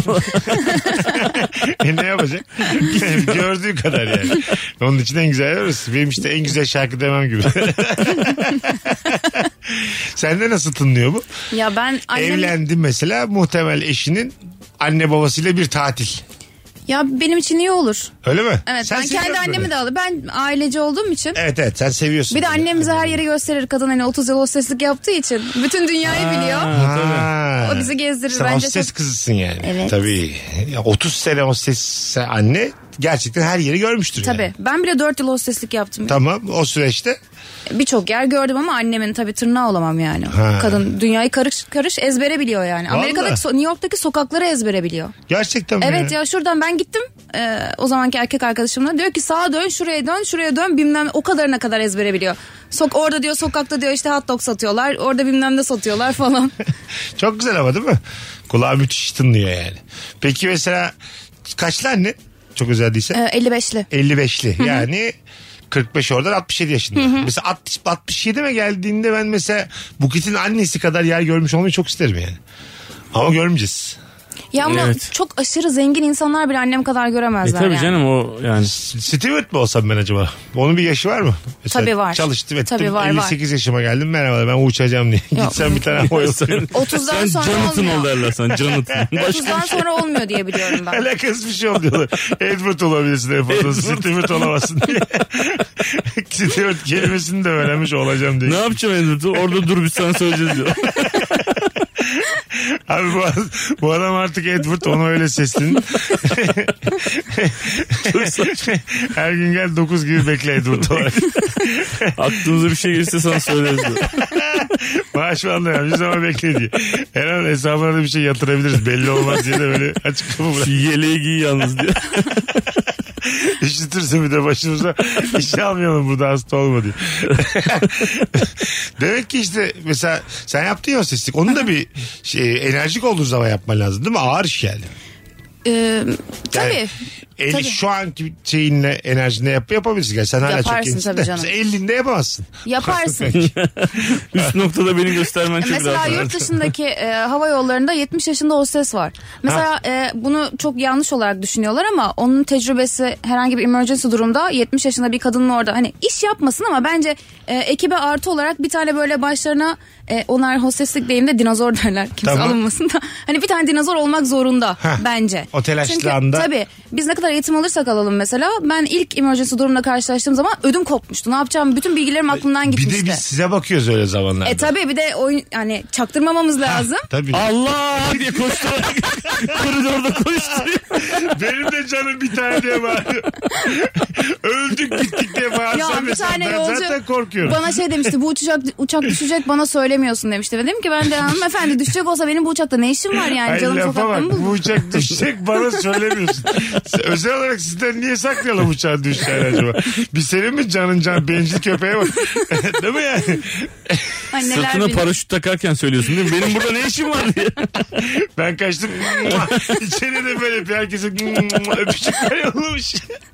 [SPEAKER 3] e ne yapacak? Gördüğü kadar yani. Onun için en güzel yer orası. Benim işte en güzel şarkı demem gibi. Sende nasıl tınlıyor bu?
[SPEAKER 4] Ya ben annem...
[SPEAKER 3] Evlendim mesela, muhtemel eşinin anne babasıyla bir tatil.
[SPEAKER 4] Ya benim için iyi olur.
[SPEAKER 3] Öyle mi?
[SPEAKER 4] Evet,
[SPEAKER 3] sen
[SPEAKER 4] ben kendi annemi
[SPEAKER 3] böyle.
[SPEAKER 4] de alırım. Ben aileci olduğum için.
[SPEAKER 3] Evet evet, sen seviyorsun.
[SPEAKER 4] Bir de
[SPEAKER 3] böyle.
[SPEAKER 4] annem bize her yeri gösterir. Kadın hani otuz yıl hosteslik yaptığı için. Bütün dünyayı biliyor.
[SPEAKER 3] Ha.
[SPEAKER 4] O bizi gezdirir.
[SPEAKER 3] Sen
[SPEAKER 4] bence
[SPEAKER 3] hostes
[SPEAKER 4] çok...
[SPEAKER 3] kızısın yani.
[SPEAKER 4] Evet.
[SPEAKER 3] Tabii. Ya otuz sene hostes anne gerçekten her yeri görmüştür.
[SPEAKER 4] Tabii.
[SPEAKER 3] Yani.
[SPEAKER 4] Ben bile dört yıl hosteslik yaptım.
[SPEAKER 3] Tamam, o süreçte.
[SPEAKER 4] Birçok yer gördüm ama annemin tabii tırnağı olamam yani.
[SPEAKER 3] Ha.
[SPEAKER 4] Kadın dünyayı karış karış ezbere biliyor yani.
[SPEAKER 3] Vallahi.
[SPEAKER 4] Amerika'daki, New York'taki sokakları ezbere biliyor.
[SPEAKER 3] Gerçekten mi?
[SPEAKER 4] Evet ya, şuradan ben gittim e, o zamanki erkek arkadaşımla, diyor ki sağa dön, şuraya dön, şuraya dön, bilmem, o kadarına kadar ezbere biliyor. Sok orada diyor, sokakta diyor işte hot dog satıyorlar, orada bilmem ne satıyorlar falan.
[SPEAKER 3] Çok güzel ama değil mi? Kulağa müthiş tınlıyor yani. Peki mesela kaçlı anne? Çok özel değilse.
[SPEAKER 4] E, elli beşli.
[SPEAKER 3] elli beşli yani kırk beş oradan altmış yedi yaşında. Hı hı. Mesela altmış, altmış yedi mi geldiğinde ben mesela Buket'in annesi kadar yer görmüş olmayı çok isterim yani. Ama görmeyeceğiz.
[SPEAKER 4] Ya ama
[SPEAKER 5] Evet.
[SPEAKER 4] çok aşırı zengin insanlar bile annem kadar
[SPEAKER 5] E
[SPEAKER 4] göremezler
[SPEAKER 5] tabii
[SPEAKER 4] yani.
[SPEAKER 5] canım o yani.
[SPEAKER 3] Stewart mi olsam ben acaba? Onun bir yaşı var mı? Mesela
[SPEAKER 4] Tabii var.
[SPEAKER 3] Çalıştım ettim.
[SPEAKER 4] Tabii var,
[SPEAKER 3] elli sekiz
[SPEAKER 4] var.
[SPEAKER 3] yaşıma geldim. Merhabalar, ben uçacağım diye.
[SPEAKER 4] Yok.
[SPEAKER 3] Gitsen bir tane hava yolculuğu.
[SPEAKER 4] otuzdan
[SPEAKER 5] Sen
[SPEAKER 4] sonra
[SPEAKER 5] Jonathan
[SPEAKER 4] olmuyor.
[SPEAKER 5] ol derler sana, Jonathan.
[SPEAKER 4] otuzdan sonra olmuyor diye biliyorum ben.
[SPEAKER 3] Alakasız bir şey oluyor. Edward olabilirsin en fazla. Stewart olamazsın diye. Stewart kelimesini de öğrenmiş olacağım diye.
[SPEAKER 5] Ne yapacağım Edward'ı? Orada dur biz sana söyleyeceğiz diyor.
[SPEAKER 3] Abi bu, bu adam artık Edward, onu öyle seslenin. Her gün gel dokuz gibi bekle Edward olarak.
[SPEAKER 5] Aklınıza bir şey gelirse sana söyleriz diyor.
[SPEAKER 3] Maaş vallahi ya, bir zaman bekle diye. Herhalde hesabına da bir şey yatırabiliriz, belli olmaz diye de böyle açık kapı bırak.
[SPEAKER 5] Yeleği giy yalnız diyor.
[SPEAKER 3] Üşütürse bir de başımıza işe almayalım burada hasta olma diye. Demek ki işte mesela sen yaptın ya seslik. Onun da bir şey, enerjik olduğu zaman yapman lazım değil mi? Ağır iş yani.
[SPEAKER 4] Ee, tabii.
[SPEAKER 3] Yani elli
[SPEAKER 4] tabii.
[SPEAKER 3] şu anki şeyinle enerjinle yap, yapabilirsin. Yani sen hala
[SPEAKER 4] Yaparsın
[SPEAKER 3] çok gençsin
[SPEAKER 4] tabii
[SPEAKER 3] de.
[SPEAKER 4] canım.
[SPEAKER 3] Sen ellinde yapamazsın.
[SPEAKER 4] Yaparsın.
[SPEAKER 5] Üst noktada beni göstermen çok
[SPEAKER 4] Mesela
[SPEAKER 5] rahat.
[SPEAKER 4] yurt dışındaki e, hava yollarında yetmiş yaşında hostes var. Mesela e, bunu çok yanlış olarak düşünüyorlar ama onun tecrübesi herhangi bir emergency durumda yetmiş yaşında bir kadının orada hani iş yapmasın ama bence e, ekibe artı olarak bir tane böyle başlarına e, onlar hosteslik deyimde dinozor derler. Kimse
[SPEAKER 3] Tamam.
[SPEAKER 4] alınmasın da. Hani bir tane dinozor olmak zorunda
[SPEAKER 3] Heh.
[SPEAKER 4] bence.
[SPEAKER 3] O telaşlı
[SPEAKER 4] Çünkü
[SPEAKER 3] anda.
[SPEAKER 4] tabii biz ne kadar eğitim alırsak alalım mesela ben ilk emergency durumla karşılaştığım zaman ödüm kopmuştu. Ne yapacağım bütün bilgilerim aklımdan
[SPEAKER 3] Bir
[SPEAKER 4] gitmişti.
[SPEAKER 3] de biz size bakıyoruz öyle zamanlarda.
[SPEAKER 4] E tabii bir de oyun yani çaktırmamamız lazım.
[SPEAKER 3] Tabii.
[SPEAKER 5] Allah diye koşturarak koridorda koşturuyor.
[SPEAKER 3] Benim de canım bir tane diye bağırıyor. Öldük bittik diye bağırsan
[SPEAKER 4] Ya bir
[SPEAKER 3] mesela
[SPEAKER 4] tane
[SPEAKER 3] ben
[SPEAKER 4] yolcu
[SPEAKER 3] zaten korkuyorum.
[SPEAKER 4] bana şey demişti bu uçak uçak düşecek bana söylemiyorsun demişti. Ve dedim ki ben de hanımefendi düşecek olsa benim bu uçakta ne işim var yani
[SPEAKER 3] Ay
[SPEAKER 4] canım
[SPEAKER 3] lafa
[SPEAKER 4] sokakta mı
[SPEAKER 3] bak, bu
[SPEAKER 4] buldun?
[SPEAKER 3] uçak düşecek bana söylemiyorsun. Özel olarak sizden niye saklayalım uçağın düşeceğini acaba? Bir senin mi canın can bencil köpeğe bak. Değil mi yani?
[SPEAKER 4] Hani neler
[SPEAKER 5] Sırtına
[SPEAKER 4] bileyim.
[SPEAKER 5] paraşüt takarken söylüyorsun değil mi? Benim burada ne işim var diye.
[SPEAKER 3] Ben kaçtım. İçeriye de böyle bir herkese öpücükler yollamış.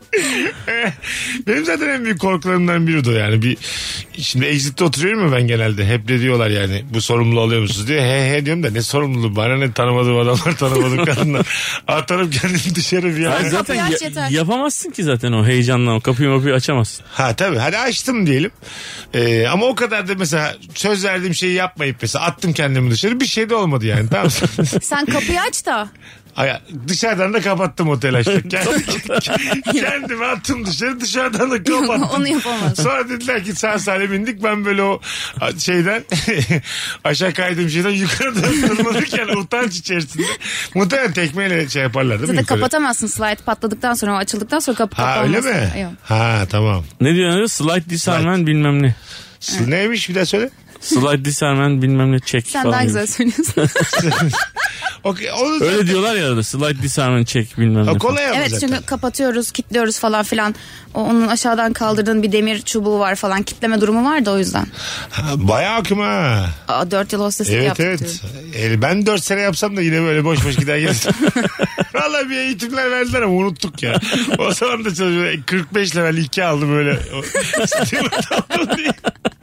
[SPEAKER 3] Benim zaten en büyük korkularımdan biri de o yani. Bir, şimdi exit'te oturuyorum ya ben genelde. Hep de diyorlar yani bu sorumluluğu alıyor musunuz diye. He he diyorum da ne sorumluluğu bana ne tanımadığım adamlar tanımadığım kadınlar. Atarım kendimi dışarı bir yana.
[SPEAKER 5] Hayır, zaten
[SPEAKER 4] Kapıyı aç
[SPEAKER 5] ya-
[SPEAKER 4] yeter.
[SPEAKER 5] yapamazsın ki zaten o heyecandan. O kapıyı mapıyı açamazsın.
[SPEAKER 3] Ha tabii hadi açtım diyelim. Ee, ama o kadar da mesela söz verdiğim şeyi yapmayıp mesela attım kendimi dışarı bir şey de olmadı yani. Tamam.
[SPEAKER 4] Sen kapıyı aç da.
[SPEAKER 3] Ay, dışarıdan da kapattım o telaşla. Kendi, kendimi attım dışarı dışarıdan da kapattım.
[SPEAKER 4] Onu yapamaz.
[SPEAKER 3] Sonra dediler ki sağ salim indik. Ben böyle o şeyden aşağı kaydığım şeyden yukarı doğru tırmanırken utanç içerisinde. Muhtemelen tekmeyle şey yaparlar değil mi?
[SPEAKER 4] Zaten
[SPEAKER 3] yukarı?
[SPEAKER 4] kapatamazsın slide patladıktan sonra o açıldıktan sonra kapı
[SPEAKER 3] Ha
[SPEAKER 4] kapanmaz.
[SPEAKER 3] öyle mi?
[SPEAKER 4] Yok.
[SPEAKER 3] Ha tamam.
[SPEAKER 5] Ne diyor? Slide disarman bilmem ne.
[SPEAKER 3] S- Neymiş bir daha söyle.
[SPEAKER 5] Slide disarman bilmem ne çek
[SPEAKER 4] Sen
[SPEAKER 5] falan.
[SPEAKER 4] daha
[SPEAKER 5] gibi.
[SPEAKER 4] güzel söylüyorsun.
[SPEAKER 3] Okay, onu
[SPEAKER 5] Öyle diyorlar ya arada. Slide disarman çek bilmem
[SPEAKER 3] o
[SPEAKER 5] ne.
[SPEAKER 3] kolay ama
[SPEAKER 4] Evet
[SPEAKER 3] zaten.
[SPEAKER 4] çünkü kapatıyoruz, kilitliyoruz falan filan. O, onun aşağıdan kaldırdığın bir demir çubuğu var falan. Kitleme durumu var da o yüzden.
[SPEAKER 3] Ha, bayağı akım ha.
[SPEAKER 4] Aa, dört yıl hosteslik
[SPEAKER 3] Evet
[SPEAKER 4] yaptık
[SPEAKER 3] evet.
[SPEAKER 4] diyorum.
[SPEAKER 3] E, ben dört sene yapsam da yine böyle boş boş gider gelirdim. Valla bir eğitimler verdiler ama unuttuk ya. O zaman da çalışıyor. kırk beş level iki aldım böyle. Stewart aldım diye.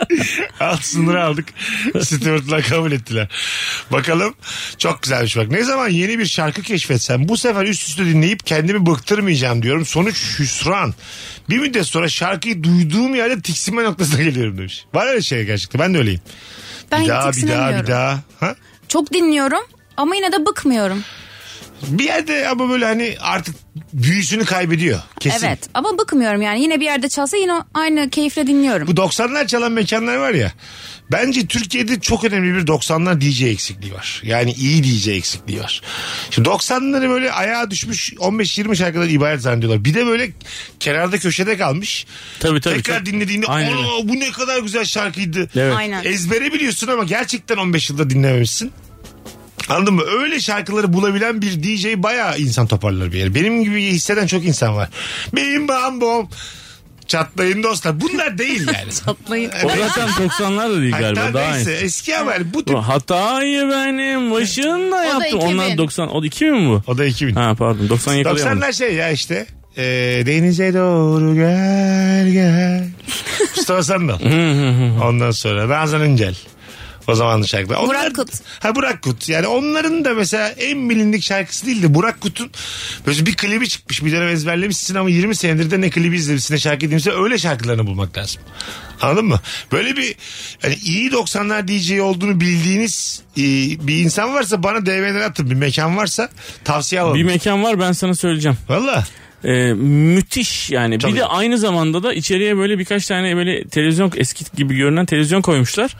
[SPEAKER 3] Alt sınırı aldık. Stewart'la kabul ettiler. Bakalım. Çok güzelmiş bak. Ne zaman yeni bir şarkı keşfetsem bu sefer üst üste dinleyip kendimi bıktırmayacağım diyorum. Sonuç hüsran. Bir müddet sonra şarkıyı duyduğum yerde tiksinme noktasına geliyorum demiş. Var öyle şey gerçekten. Ben de öyleyim.
[SPEAKER 4] Ben
[SPEAKER 3] bir daha bir daha
[SPEAKER 4] tiksinemiyorum.
[SPEAKER 3] bir daha. Ha?
[SPEAKER 4] Çok dinliyorum ama yine de bıkmıyorum.
[SPEAKER 3] Bir yerde ama böyle hani artık büyüsünü kaybediyor. Kesin.
[SPEAKER 4] Evet ama bıkmıyorum yani. Yine bir yerde çalsa yine aynı keyifle dinliyorum.
[SPEAKER 3] Bu doksanlar çalan mekanlar var ya. Bence Türkiye'de çok önemli bir doksanlar D J eksikliği var. Yani iyi D J eksikliği var. Şimdi doksanları böyle ayağa düşmüş on beş yirmi şarkıdan ibaret zannediyorlar. Bir de böyle kenarda köşede kalmış.
[SPEAKER 5] Tabii tabii.
[SPEAKER 3] Tekrar
[SPEAKER 5] çok-
[SPEAKER 3] dinlediğinde
[SPEAKER 5] Aynen.
[SPEAKER 3] "Aa, bu ne kadar güzel şarkıydı.
[SPEAKER 5] Evet.
[SPEAKER 4] Aynen.
[SPEAKER 3] Ezbere biliyorsun ama gerçekten on beş yılda dinlememişsin. Anladın mı? Öyle şarkıları bulabilen bir D J bayağı insan toparlar bir yere. Benim gibi hisseden çok insan var. Bim bam bom. Çatlayın dostlar. Bunlar değil yani.
[SPEAKER 4] Çatlayın.
[SPEAKER 5] O zaten doksanlar da değil galiba.
[SPEAKER 3] Hatta
[SPEAKER 5] Daha
[SPEAKER 3] neyse
[SPEAKER 5] iyi.
[SPEAKER 3] eski ama yani bu tip...
[SPEAKER 5] Hatayı benim başında yaptım.
[SPEAKER 4] iki bin.
[SPEAKER 5] Onlar doksan. O da iki bin mi bu?
[SPEAKER 3] O da iki bin.
[SPEAKER 5] Ha pardon. doksan yakalayamadım.
[SPEAKER 3] doksanlar şey ya işte. E, denize doğru gel gel. Mustafa Sandal. Ondan sonra Nazan Üncel. O zamanın şarkıları.
[SPEAKER 4] Burak
[SPEAKER 3] Onlar-
[SPEAKER 4] Kut.
[SPEAKER 3] Ha Burak Kut. Yani onların da mesela en bilindik şarkısı değil de Burak Kut'un böyle bir klibi çıkmış. Bir dönem ezberlemişsin ama yirmi senedir de ne klibi izlemişsin ne şarkı dinlemişsin. Öyle şarkılarını bulmak lazım. Anladın mı? Böyle bir hani iyi doksanlar D J olduğunu bildiğiniz e, bir insan varsa bana D V'den atın. Bir mekan varsa tavsiye alalım.
[SPEAKER 5] Bir mekan var ben sana söyleyeceğim.
[SPEAKER 3] Valla.
[SPEAKER 5] Ee, müthiş yani.
[SPEAKER 3] Tabii.
[SPEAKER 5] Bir de aynı zamanda da içeriye böyle birkaç tane böyle televizyon eski gibi görünen televizyon koymuşlar.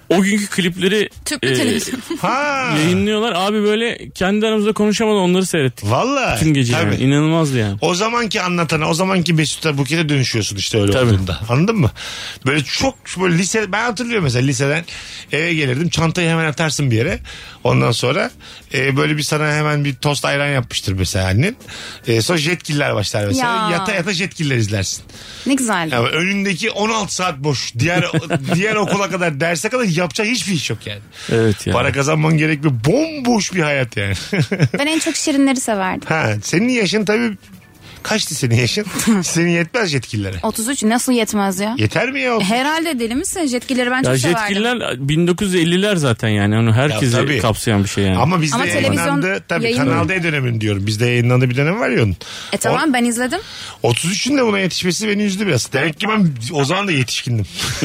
[SPEAKER 5] O günkü klipleri
[SPEAKER 4] Tüplü
[SPEAKER 5] e,
[SPEAKER 4] televizyon.
[SPEAKER 3] Ha.
[SPEAKER 5] yayınlıyorlar. Abi böyle kendi aramızda konuşamadan onları seyrettik.
[SPEAKER 3] Valla.
[SPEAKER 5] Bütün gece yani. İnanılmazdı yani.
[SPEAKER 3] O zamanki anlatana, o zamanki Mesut'a, Buket'e dönüşüyorsun işte öyle
[SPEAKER 5] Tabii.
[SPEAKER 3] olduğunda. Anladın mı? Böyle çok böyle lise, ben hatırlıyorum mesela liseden eve gelirdim. Çantayı hemen atarsın bir yere. Ondan sonra e, böyle bir sana hemen bir tost ayran yapmıştır mesela annen. E, sonra Jetgiller başlar mesela.
[SPEAKER 4] Ya.
[SPEAKER 3] Yata yata Jetgiller izlersin.
[SPEAKER 4] Ne güzel.
[SPEAKER 3] Yani önündeki on altı saat boş. Diğer diğer okula kadar, derse kadar yapacak hiçbir iş yok yani.
[SPEAKER 5] Evet yani.
[SPEAKER 3] Para kazanman gerekmiyor. Bomboş bir hayat yani.
[SPEAKER 4] Ben en çok şirinleri severdim.
[SPEAKER 3] Ha, senin yaşın tabii kaçtı senin yaşın? Senin yetmez Jetgillere.
[SPEAKER 4] otuz üç nasıl yetmez ya?
[SPEAKER 3] Yeter mi ya?
[SPEAKER 4] Herhalde deli misin? Jetgilleri ben çok
[SPEAKER 5] Ya
[SPEAKER 4] severdim.
[SPEAKER 5] Jetgiller bin dokuz yüz elliler zaten yani. Onu herkesi
[SPEAKER 3] Ya tabii.
[SPEAKER 5] kapsayan bir şey yani.
[SPEAKER 3] Ama bizde
[SPEAKER 4] Ama
[SPEAKER 3] yayınlandı.
[SPEAKER 4] televizyon
[SPEAKER 3] Tabii
[SPEAKER 4] yayını-
[SPEAKER 3] Kanal D dönemini diyorum. Bizde yayınlandı bir dönem var ya onun.
[SPEAKER 4] E tamam
[SPEAKER 3] O-
[SPEAKER 4] ben izledim.
[SPEAKER 3] otuz üçün de buna yetişmesi beni üzdü biraz. Demek ki ben o zaman da yetişkindim.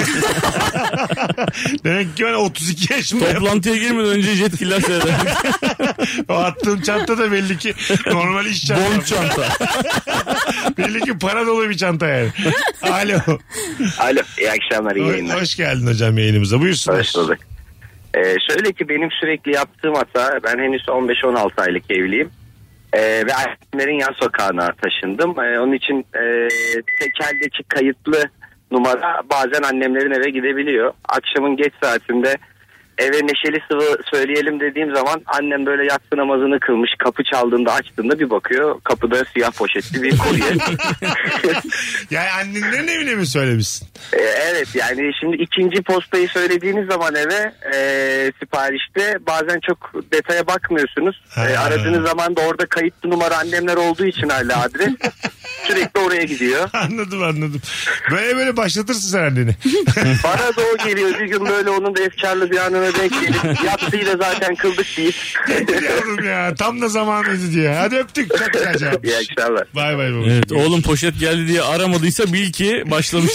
[SPEAKER 3] Demek ki ben otuz iki yaşımda yaptım.
[SPEAKER 5] Toplantıya girmeden önce Jetgiller seyrederdik.
[SPEAKER 3] O attığım çanta da belli ki normal iş çanta.
[SPEAKER 5] Bol çanta.
[SPEAKER 3] Belli ki para dolu bir çanta yani. Alo.
[SPEAKER 10] Alo, iyi akşamlar, iyi yayınlar.
[SPEAKER 3] Hoş geldin hocam yayınımıza. Buyursunlar.
[SPEAKER 10] Hoş bulduk. Ee, şöyle ki benim sürekli yaptığım hata, ben henüz on beş on altı aylık evliyim. Ee, ve annemlerin yan sokağına taşındım. Ee, onun için e, tekeldeki kayıtlı numara bazen annemlerin eve gidebiliyor. Akşamın geç saatinde eve neşeli sıvı söyleyelim dediğim zaman annem böyle yatsı namazını kılmış, kapı çaldığında açtığında bir bakıyor kapıda siyah poşetli bir kurye.
[SPEAKER 3] Yani annenlerin evine mi söylemişsin?
[SPEAKER 10] Ee, evet yani şimdi ikinci postayı söylediğiniz zaman eve e, siparişte bazen çok detaya bakmıyorsunuz.
[SPEAKER 3] Ha.
[SPEAKER 10] E, aradığınız zaman da orada kayıtlı numara annemler olduğu için hala adres sürekli oraya gidiyor.
[SPEAKER 3] Anladım anladım. Böyle böyle başlatırsın sen anneni.
[SPEAKER 10] Bana da o geliyor bir gün böyle onun da efkarlı bir anına denk gelip yatsıyı da zaten kıldık deyip.
[SPEAKER 3] Yavrum ya tam da zamanıydı diye. Hadi öptük. Çok güzel cevap.
[SPEAKER 10] İyi akşamlar.
[SPEAKER 3] Bay bay.
[SPEAKER 5] Evet, oğlum poşet geldi diye aramadıysa bil ki başlamış.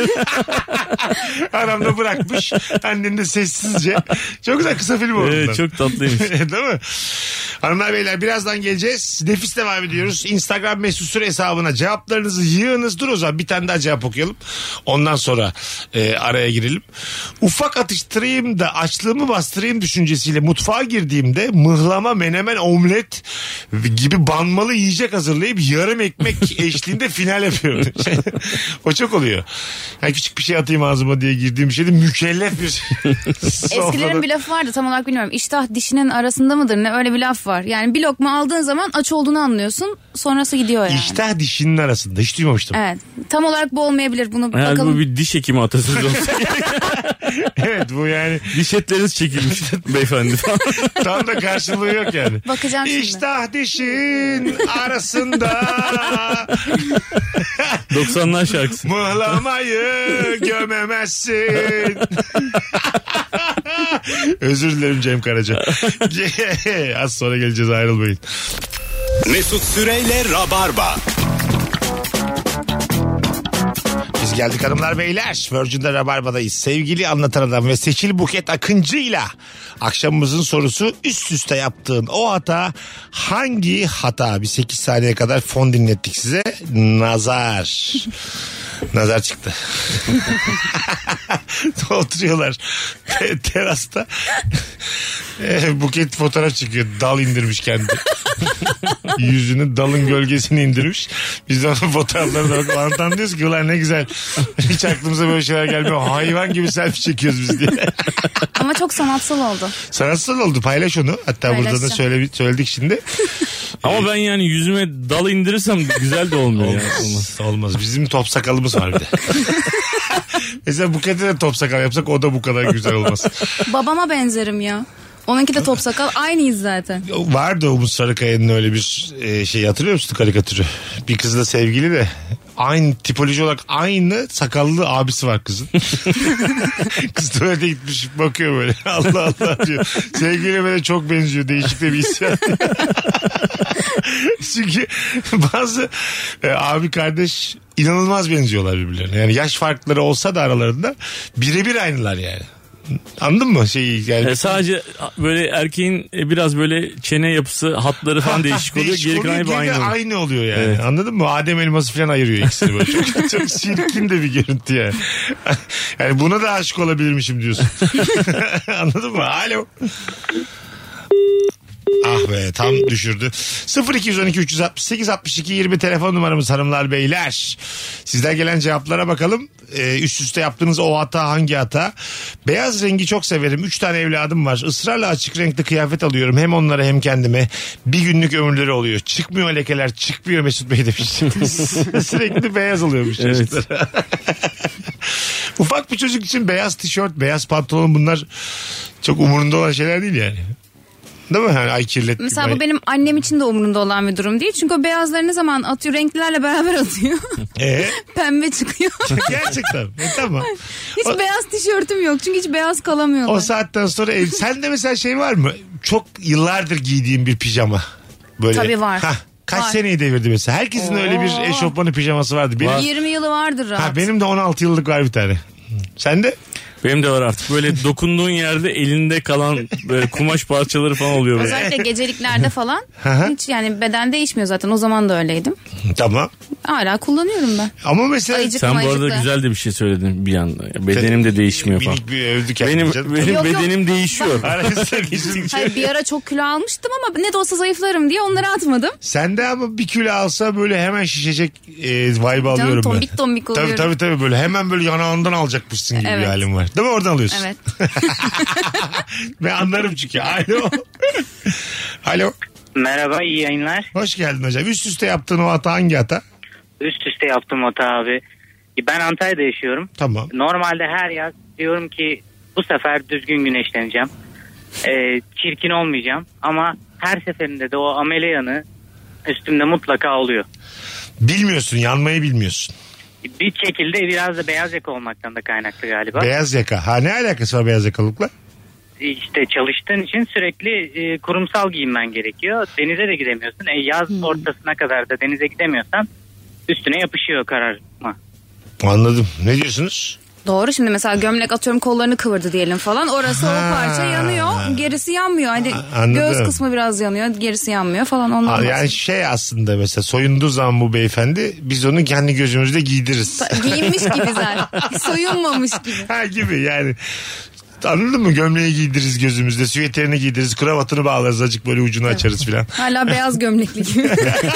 [SPEAKER 3] Aramda bırakmış. Annen de sessizce. Çok güzel kısa film oldu.
[SPEAKER 5] Evet, çok tatlıymış.
[SPEAKER 3] Değil mi? Hanımlar beyler birazdan geleceğiz. Nefis devam ediyoruz. Instagram mesut süre hesabına cevaplarınızı yığınız. Dur o zaman bir tane daha cevap okuyalım. Ondan sonra e, araya girelim. Ufak atıştırayım da açlığımı bastırayım düşüncesiyle mutfağa girdiğimde mıhlama, menemen, omlet gibi banmalı yiyecek hazırlayıp yarım ekmek eşliğinde final yapıyorum. O çok oluyor. Yani küçük bir şey atayım ağzıma diye girdiğim şeyde mükellef bir şey.
[SPEAKER 4] Eskilerin bir lafı vardı tam olarak bilmiyorum. İştah dişinin arasında mıdır ne öyle bir laf var. Yani bir lokma aldığın zaman aç olduğunu anlıyorsun. Sonrası gidiyor yani.
[SPEAKER 3] İştah dişinin arasında. Hiç duymamıştım.
[SPEAKER 4] Evet. Tam olarak bu olmayabilir. Bunu bir
[SPEAKER 5] Herhalde
[SPEAKER 4] bakalım.
[SPEAKER 5] bu bir diş hekimi atasözü olsa.
[SPEAKER 3] Evet bu yani.
[SPEAKER 5] Diş etleriniz çekilmiş beyefendi falan.
[SPEAKER 3] Tam da karşılığı yok yani.
[SPEAKER 4] Bakacağım şimdi.
[SPEAKER 3] İştah dişin arasında
[SPEAKER 5] doksanlar şarkısı.
[SPEAKER 3] mıhlamayı gömemezsin. Özür dilerim Cem Karaca. Az sonra geleceğiz, ayrılmayın.
[SPEAKER 2] Mesut Süreyle Rabarba.
[SPEAKER 3] Biz geldik hanımlar beyler. Virgin'de Rabarba'dayız. Sevgili anlatan adam ve Seçil Buket Akıncı'yla akşamımızın sorusu üst üste yaptığın o hata hangi hata? Bir sekiz saniye kadar fon dinlettik size. Nazar. Nazar çıktı. Oturuyorlar te- terasta. E, Buket fotoğraf çıkıyor. Dal indirmiş kendi. Yüzünü dalın gölgesini indirmiş. Biz de onun fotoğraflarına bakıp anlatan diyoruz ki ulan ne güzel. Hiç aklımıza böyle şeyler gelmiyor. Hayvan gibi selfie çekiyoruz biz diye.
[SPEAKER 4] Ama çok sanatsal oldu.
[SPEAKER 3] Sanatsal oldu. Paylaş onu. Hatta burada da söyle, söyledik şimdi.
[SPEAKER 5] Ama ben yani yüzüme dal indirirsem güzel de olmuyor.
[SPEAKER 3] Olmaz.
[SPEAKER 5] Yani.
[SPEAKER 3] Olmaz. Olmaz. Bizim top sakalımız var bir de. Mesela Buket'e de top sakal yapsak o da bu kadar güzel olmaz.
[SPEAKER 4] Babama benzerim ya. Onunki de top sakal. Aynıyız zaten.
[SPEAKER 3] Vardı Umut Sarıkaya'nın öyle bir e, şey, hatırlıyor musun karikatürü? Bir kızla sevgili de aynı tipoloji olarak aynı sakallı abisi var kızın. Kız tuvalete gitmiş bakıyor böyle. Allah Allah diyor. Sevgilime de çok benziyor. Değişik de bir hissiyat. Çünkü bazı e, abi kardeş inanılmaz benziyorlar birbirlerine. Yani yaş farkları olsa da aralarında birebir aynılar yani. Anladın mı şeyi? Yani
[SPEAKER 5] E, sadece böyle erkeğin biraz böyle çene yapısı, hatları falan değişik oluyor. Geri kalan hep aynı oluyor.
[SPEAKER 3] Aynı oluyor yani.
[SPEAKER 5] Evet.
[SPEAKER 3] Anladın mı? Adem elması falan ayırıyor ikisini böyle. Çok, çok çirkin de bir görüntü yani. Yani buna da aşık olabilirmişim diyorsun. Anladın mı? Alo. Ah be tam düşürdü. sıfır iki on iki üç altı sekiz altmış iki yirmi telefon numaramız hanımlar beyler. Sizden gelen cevaplara bakalım. Ee, üst üste yaptığınız o hata hangi hata? Beyaz rengi çok severim. Üç tane evladım var. Israrla açık renkli kıyafet alıyorum. Hem onlara hem kendime. Bir günlük ömürleri oluyor. Çıkmıyor lekeler, çıkmıyor Mesut Bey demiş. Sürekli beyaz oluyormuş çocuklar. Evet. Ufak bir çocuk için beyaz tişört, beyaz pantolon bunlar çok umurunda olan şeyler değil yani. Değil mi? Yani ay kirlettim.
[SPEAKER 4] Mesela
[SPEAKER 3] ay...
[SPEAKER 4] bu benim annem için de umurunda olan bir durum değil. Çünkü o beyazları ne zaman atıyor, renklilerle beraber atıyor.
[SPEAKER 3] Ee?
[SPEAKER 4] Pembe çıkıyor.
[SPEAKER 3] Gerçekten. E, tamam.
[SPEAKER 4] Hiç
[SPEAKER 3] o...
[SPEAKER 4] beyaz tişörtüm yok. Çünkü hiç beyaz kalamıyorlar.
[SPEAKER 3] O saatten sonra ev... Sende mesela şey var mı? Çok yıllardır giydiğin bir pijama. Böyle...
[SPEAKER 4] Tabii var.
[SPEAKER 3] Hah. Kaç
[SPEAKER 4] var.
[SPEAKER 3] seneyi devirdi mesela? Herkesin Oo. öyle bir eşofmanı pijaması vardı. Benim...
[SPEAKER 4] yirmi yılı vardır rahat.
[SPEAKER 3] Ha, benim de on altı yıllık var bir tane. Sende?
[SPEAKER 5] Benim de var artık. Böyle dokunduğun yerde elinde kalan böyle kumaş parçaları falan oluyor. Böyle.
[SPEAKER 4] Özellikle geceliklerde falan. Hiç yani beden değişmiyor zaten. O zaman da öyleydim.
[SPEAKER 3] Tamam.
[SPEAKER 4] Hala kullanıyorum ben.
[SPEAKER 3] Ama mesela
[SPEAKER 4] Ayıcık,
[SPEAKER 5] sen
[SPEAKER 4] mayıcıklı.
[SPEAKER 5] bu arada güzel de bir şey söyledin bir anda. Bedenim de değişmiyor falan.
[SPEAKER 3] Bir övdük
[SPEAKER 5] benim benim
[SPEAKER 4] yok,
[SPEAKER 5] bedenim
[SPEAKER 4] yok.
[SPEAKER 5] değişiyor.
[SPEAKER 4] Hayır, bir ara çok kilo almıştım ama ne de olsa zayıflarım diye onları atmadım.
[SPEAKER 3] Sen de ama bir kilo alsa böyle hemen şişecek e, vibe alıyorum
[SPEAKER 4] Canım,
[SPEAKER 3] ben.
[SPEAKER 4] tombik tombik oluyorum.
[SPEAKER 3] Tabii tabii tabii böyle hemen böyle yanağından alacakmışsın gibi
[SPEAKER 4] evet.
[SPEAKER 3] bir halin var. Değil mi? Oradan alıyorsun.
[SPEAKER 4] Evet.
[SPEAKER 3] Ben anlarım çünkü. Alo. Alo.
[SPEAKER 11] Merhaba, iyi yayınlar.
[SPEAKER 3] Hoş geldin hocam. Üst üste yaptığın o hata hangi hata?
[SPEAKER 11] Üst üste yaptığım hata abi. Ben Antalya'da yaşıyorum.
[SPEAKER 3] Tamam.
[SPEAKER 11] Normalde her yaz diyorum ki bu sefer düzgün güneşleneceğim. Ee, çirkin olmayacağım. Ama her seferinde de o amele yanı üstümde mutlaka oluyor.
[SPEAKER 3] Bilmiyorsun, yanmayı bilmiyorsun.
[SPEAKER 11] Bir şekilde biraz da beyaz yaka olmaktan da kaynaklı galiba.
[SPEAKER 3] Beyaz yaka. Ha, ne alakası var beyaz yakalıkla?
[SPEAKER 11] İşte çalıştığın için sürekli e, kurumsal giyinmen gerekiyor. Denize de gidemiyorsun. E, yaz hmm. ortasına kadar da denize gidemiyorsan üstüne yapışıyor kararma.
[SPEAKER 3] Anladım. Ne diyorsunuz?
[SPEAKER 4] Doğru, şimdi mesela gömlek atıyorum kollarını kıvırdı diyelim falan. Orası ha. o parça yanıyor. Gerisi yanmıyor. Hani Anladım. Göğüs kısmı biraz yanıyor. Gerisi yanmıyor falan. Ondan
[SPEAKER 3] yani bahsediyor. Şey aslında mesela soyunduğu zaman bu beyefendi biz onu kendi gözümüzde giydiririz.
[SPEAKER 4] Giyinmiş gibi zaten. Soyunmamış gibi.
[SPEAKER 3] Ha gibi yani. Anladın mı? Gömleği giydiririz gözümüzde, süveterini giydiririz, kravatını bağlarız, azıcık böyle ucunu evet. açarız filan.
[SPEAKER 4] Hala beyaz gömlekli gibi.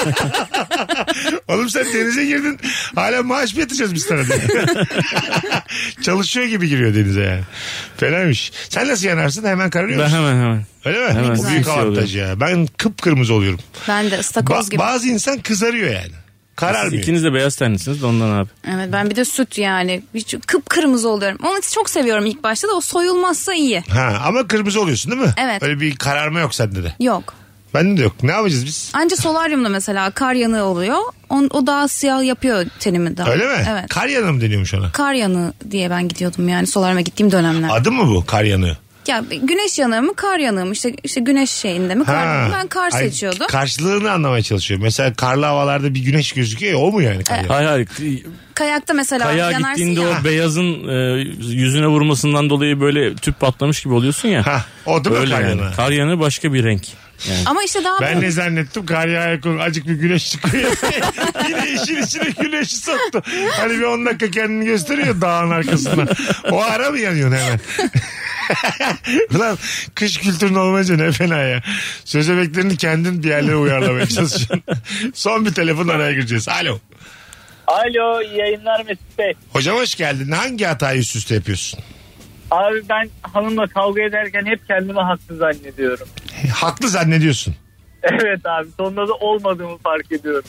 [SPEAKER 3] Oğlum sen denize girdin, hala maaş mı yatıracağız biz sana diye. Çalışıyor gibi giriyor denize yani. Fenaymış. Sen nasıl yanarsın? Hemen kararıyor musun?
[SPEAKER 5] Ben hemen hemen.
[SPEAKER 3] Öyle mi?
[SPEAKER 5] Hemen.
[SPEAKER 3] Bu büyük avantaj ya. Ben kıpkırmızı oluyorum.
[SPEAKER 4] Ben de ıstakoz
[SPEAKER 3] ba-
[SPEAKER 4] gibi.
[SPEAKER 3] Bazı insan kızarıyor yani. Kararmıyor.
[SPEAKER 5] Siz ikiniz de beyaz tenlisiniz de ondan abi.
[SPEAKER 4] Evet, ben bir de süt yani. Kıpkırmızı oluyorum. Onu çok seviyorum ilk başta da o soyulmazsa iyi.
[SPEAKER 3] Ha, ama kırmızı oluyorsun değil mi?
[SPEAKER 4] Evet.
[SPEAKER 3] Öyle bir kararma yok sende de.
[SPEAKER 4] Yok.
[SPEAKER 3] Bende de yok. Ne yapacağız biz?
[SPEAKER 4] Anca solaryumda mesela kar yanığı oluyor. O, o daha siyah yapıyor tenimi daha.
[SPEAKER 3] Öyle mi?
[SPEAKER 4] Evet.
[SPEAKER 3] Kar yanığı mı deniyormuş ona?
[SPEAKER 4] Kar yanığı diye ben gidiyordum yani solaryuma gittiğim dönemler.
[SPEAKER 3] Adı mı bu kar yanığı?
[SPEAKER 4] Ya güneş yanığı mı kar yanığı mı işte, işte güneş şeyinde mi kar mı? Ben kar Ay, seçiyordum.
[SPEAKER 3] Karşılığını anlamaya çalışıyorum. Mesela karlı havalarda bir güneş gözüküyor ya, o mu yani kar yanığı?
[SPEAKER 5] Hayır hayır.
[SPEAKER 4] Kayakta mesela
[SPEAKER 5] kayağa
[SPEAKER 4] yanarsın
[SPEAKER 5] gittiğinde
[SPEAKER 4] ya.
[SPEAKER 5] o beyazın e, yüzüne vurmasından dolayı böyle tüp patlamış gibi oluyorsun ya.
[SPEAKER 3] Ha, o değil mi kar yanığı?
[SPEAKER 5] Yani. Kar yanığı başka bir renk. Yani.
[SPEAKER 4] Ama işte daha
[SPEAKER 3] ben ne zannettim, kar yağıyor, acık bir güneş çıkıyor. Yine işin içine güneşi soktu. Hani bir on dakika kendini gösteriyor dağın arkasında. O ara mı yanıyorsun hemen? Ulan kış kültürün olmayınca ne fena ya. Söz bebeklerini kendin bir yerlere uyarlamaya çalışıyorsun. Son bir telefon araya gireceğiz. Alo.
[SPEAKER 12] Alo, iyi yayınlar Mesut Bey.
[SPEAKER 3] Hocam hoş geldin. Hangi hatayı üst üste yapıyorsun?
[SPEAKER 12] Abi ben hanımla kavga ederken hep kendimi haklı zannediyorum.
[SPEAKER 3] Haklı zannediyorsun.
[SPEAKER 12] Evet abi, sonunda da olmadığımı fark ediyorum.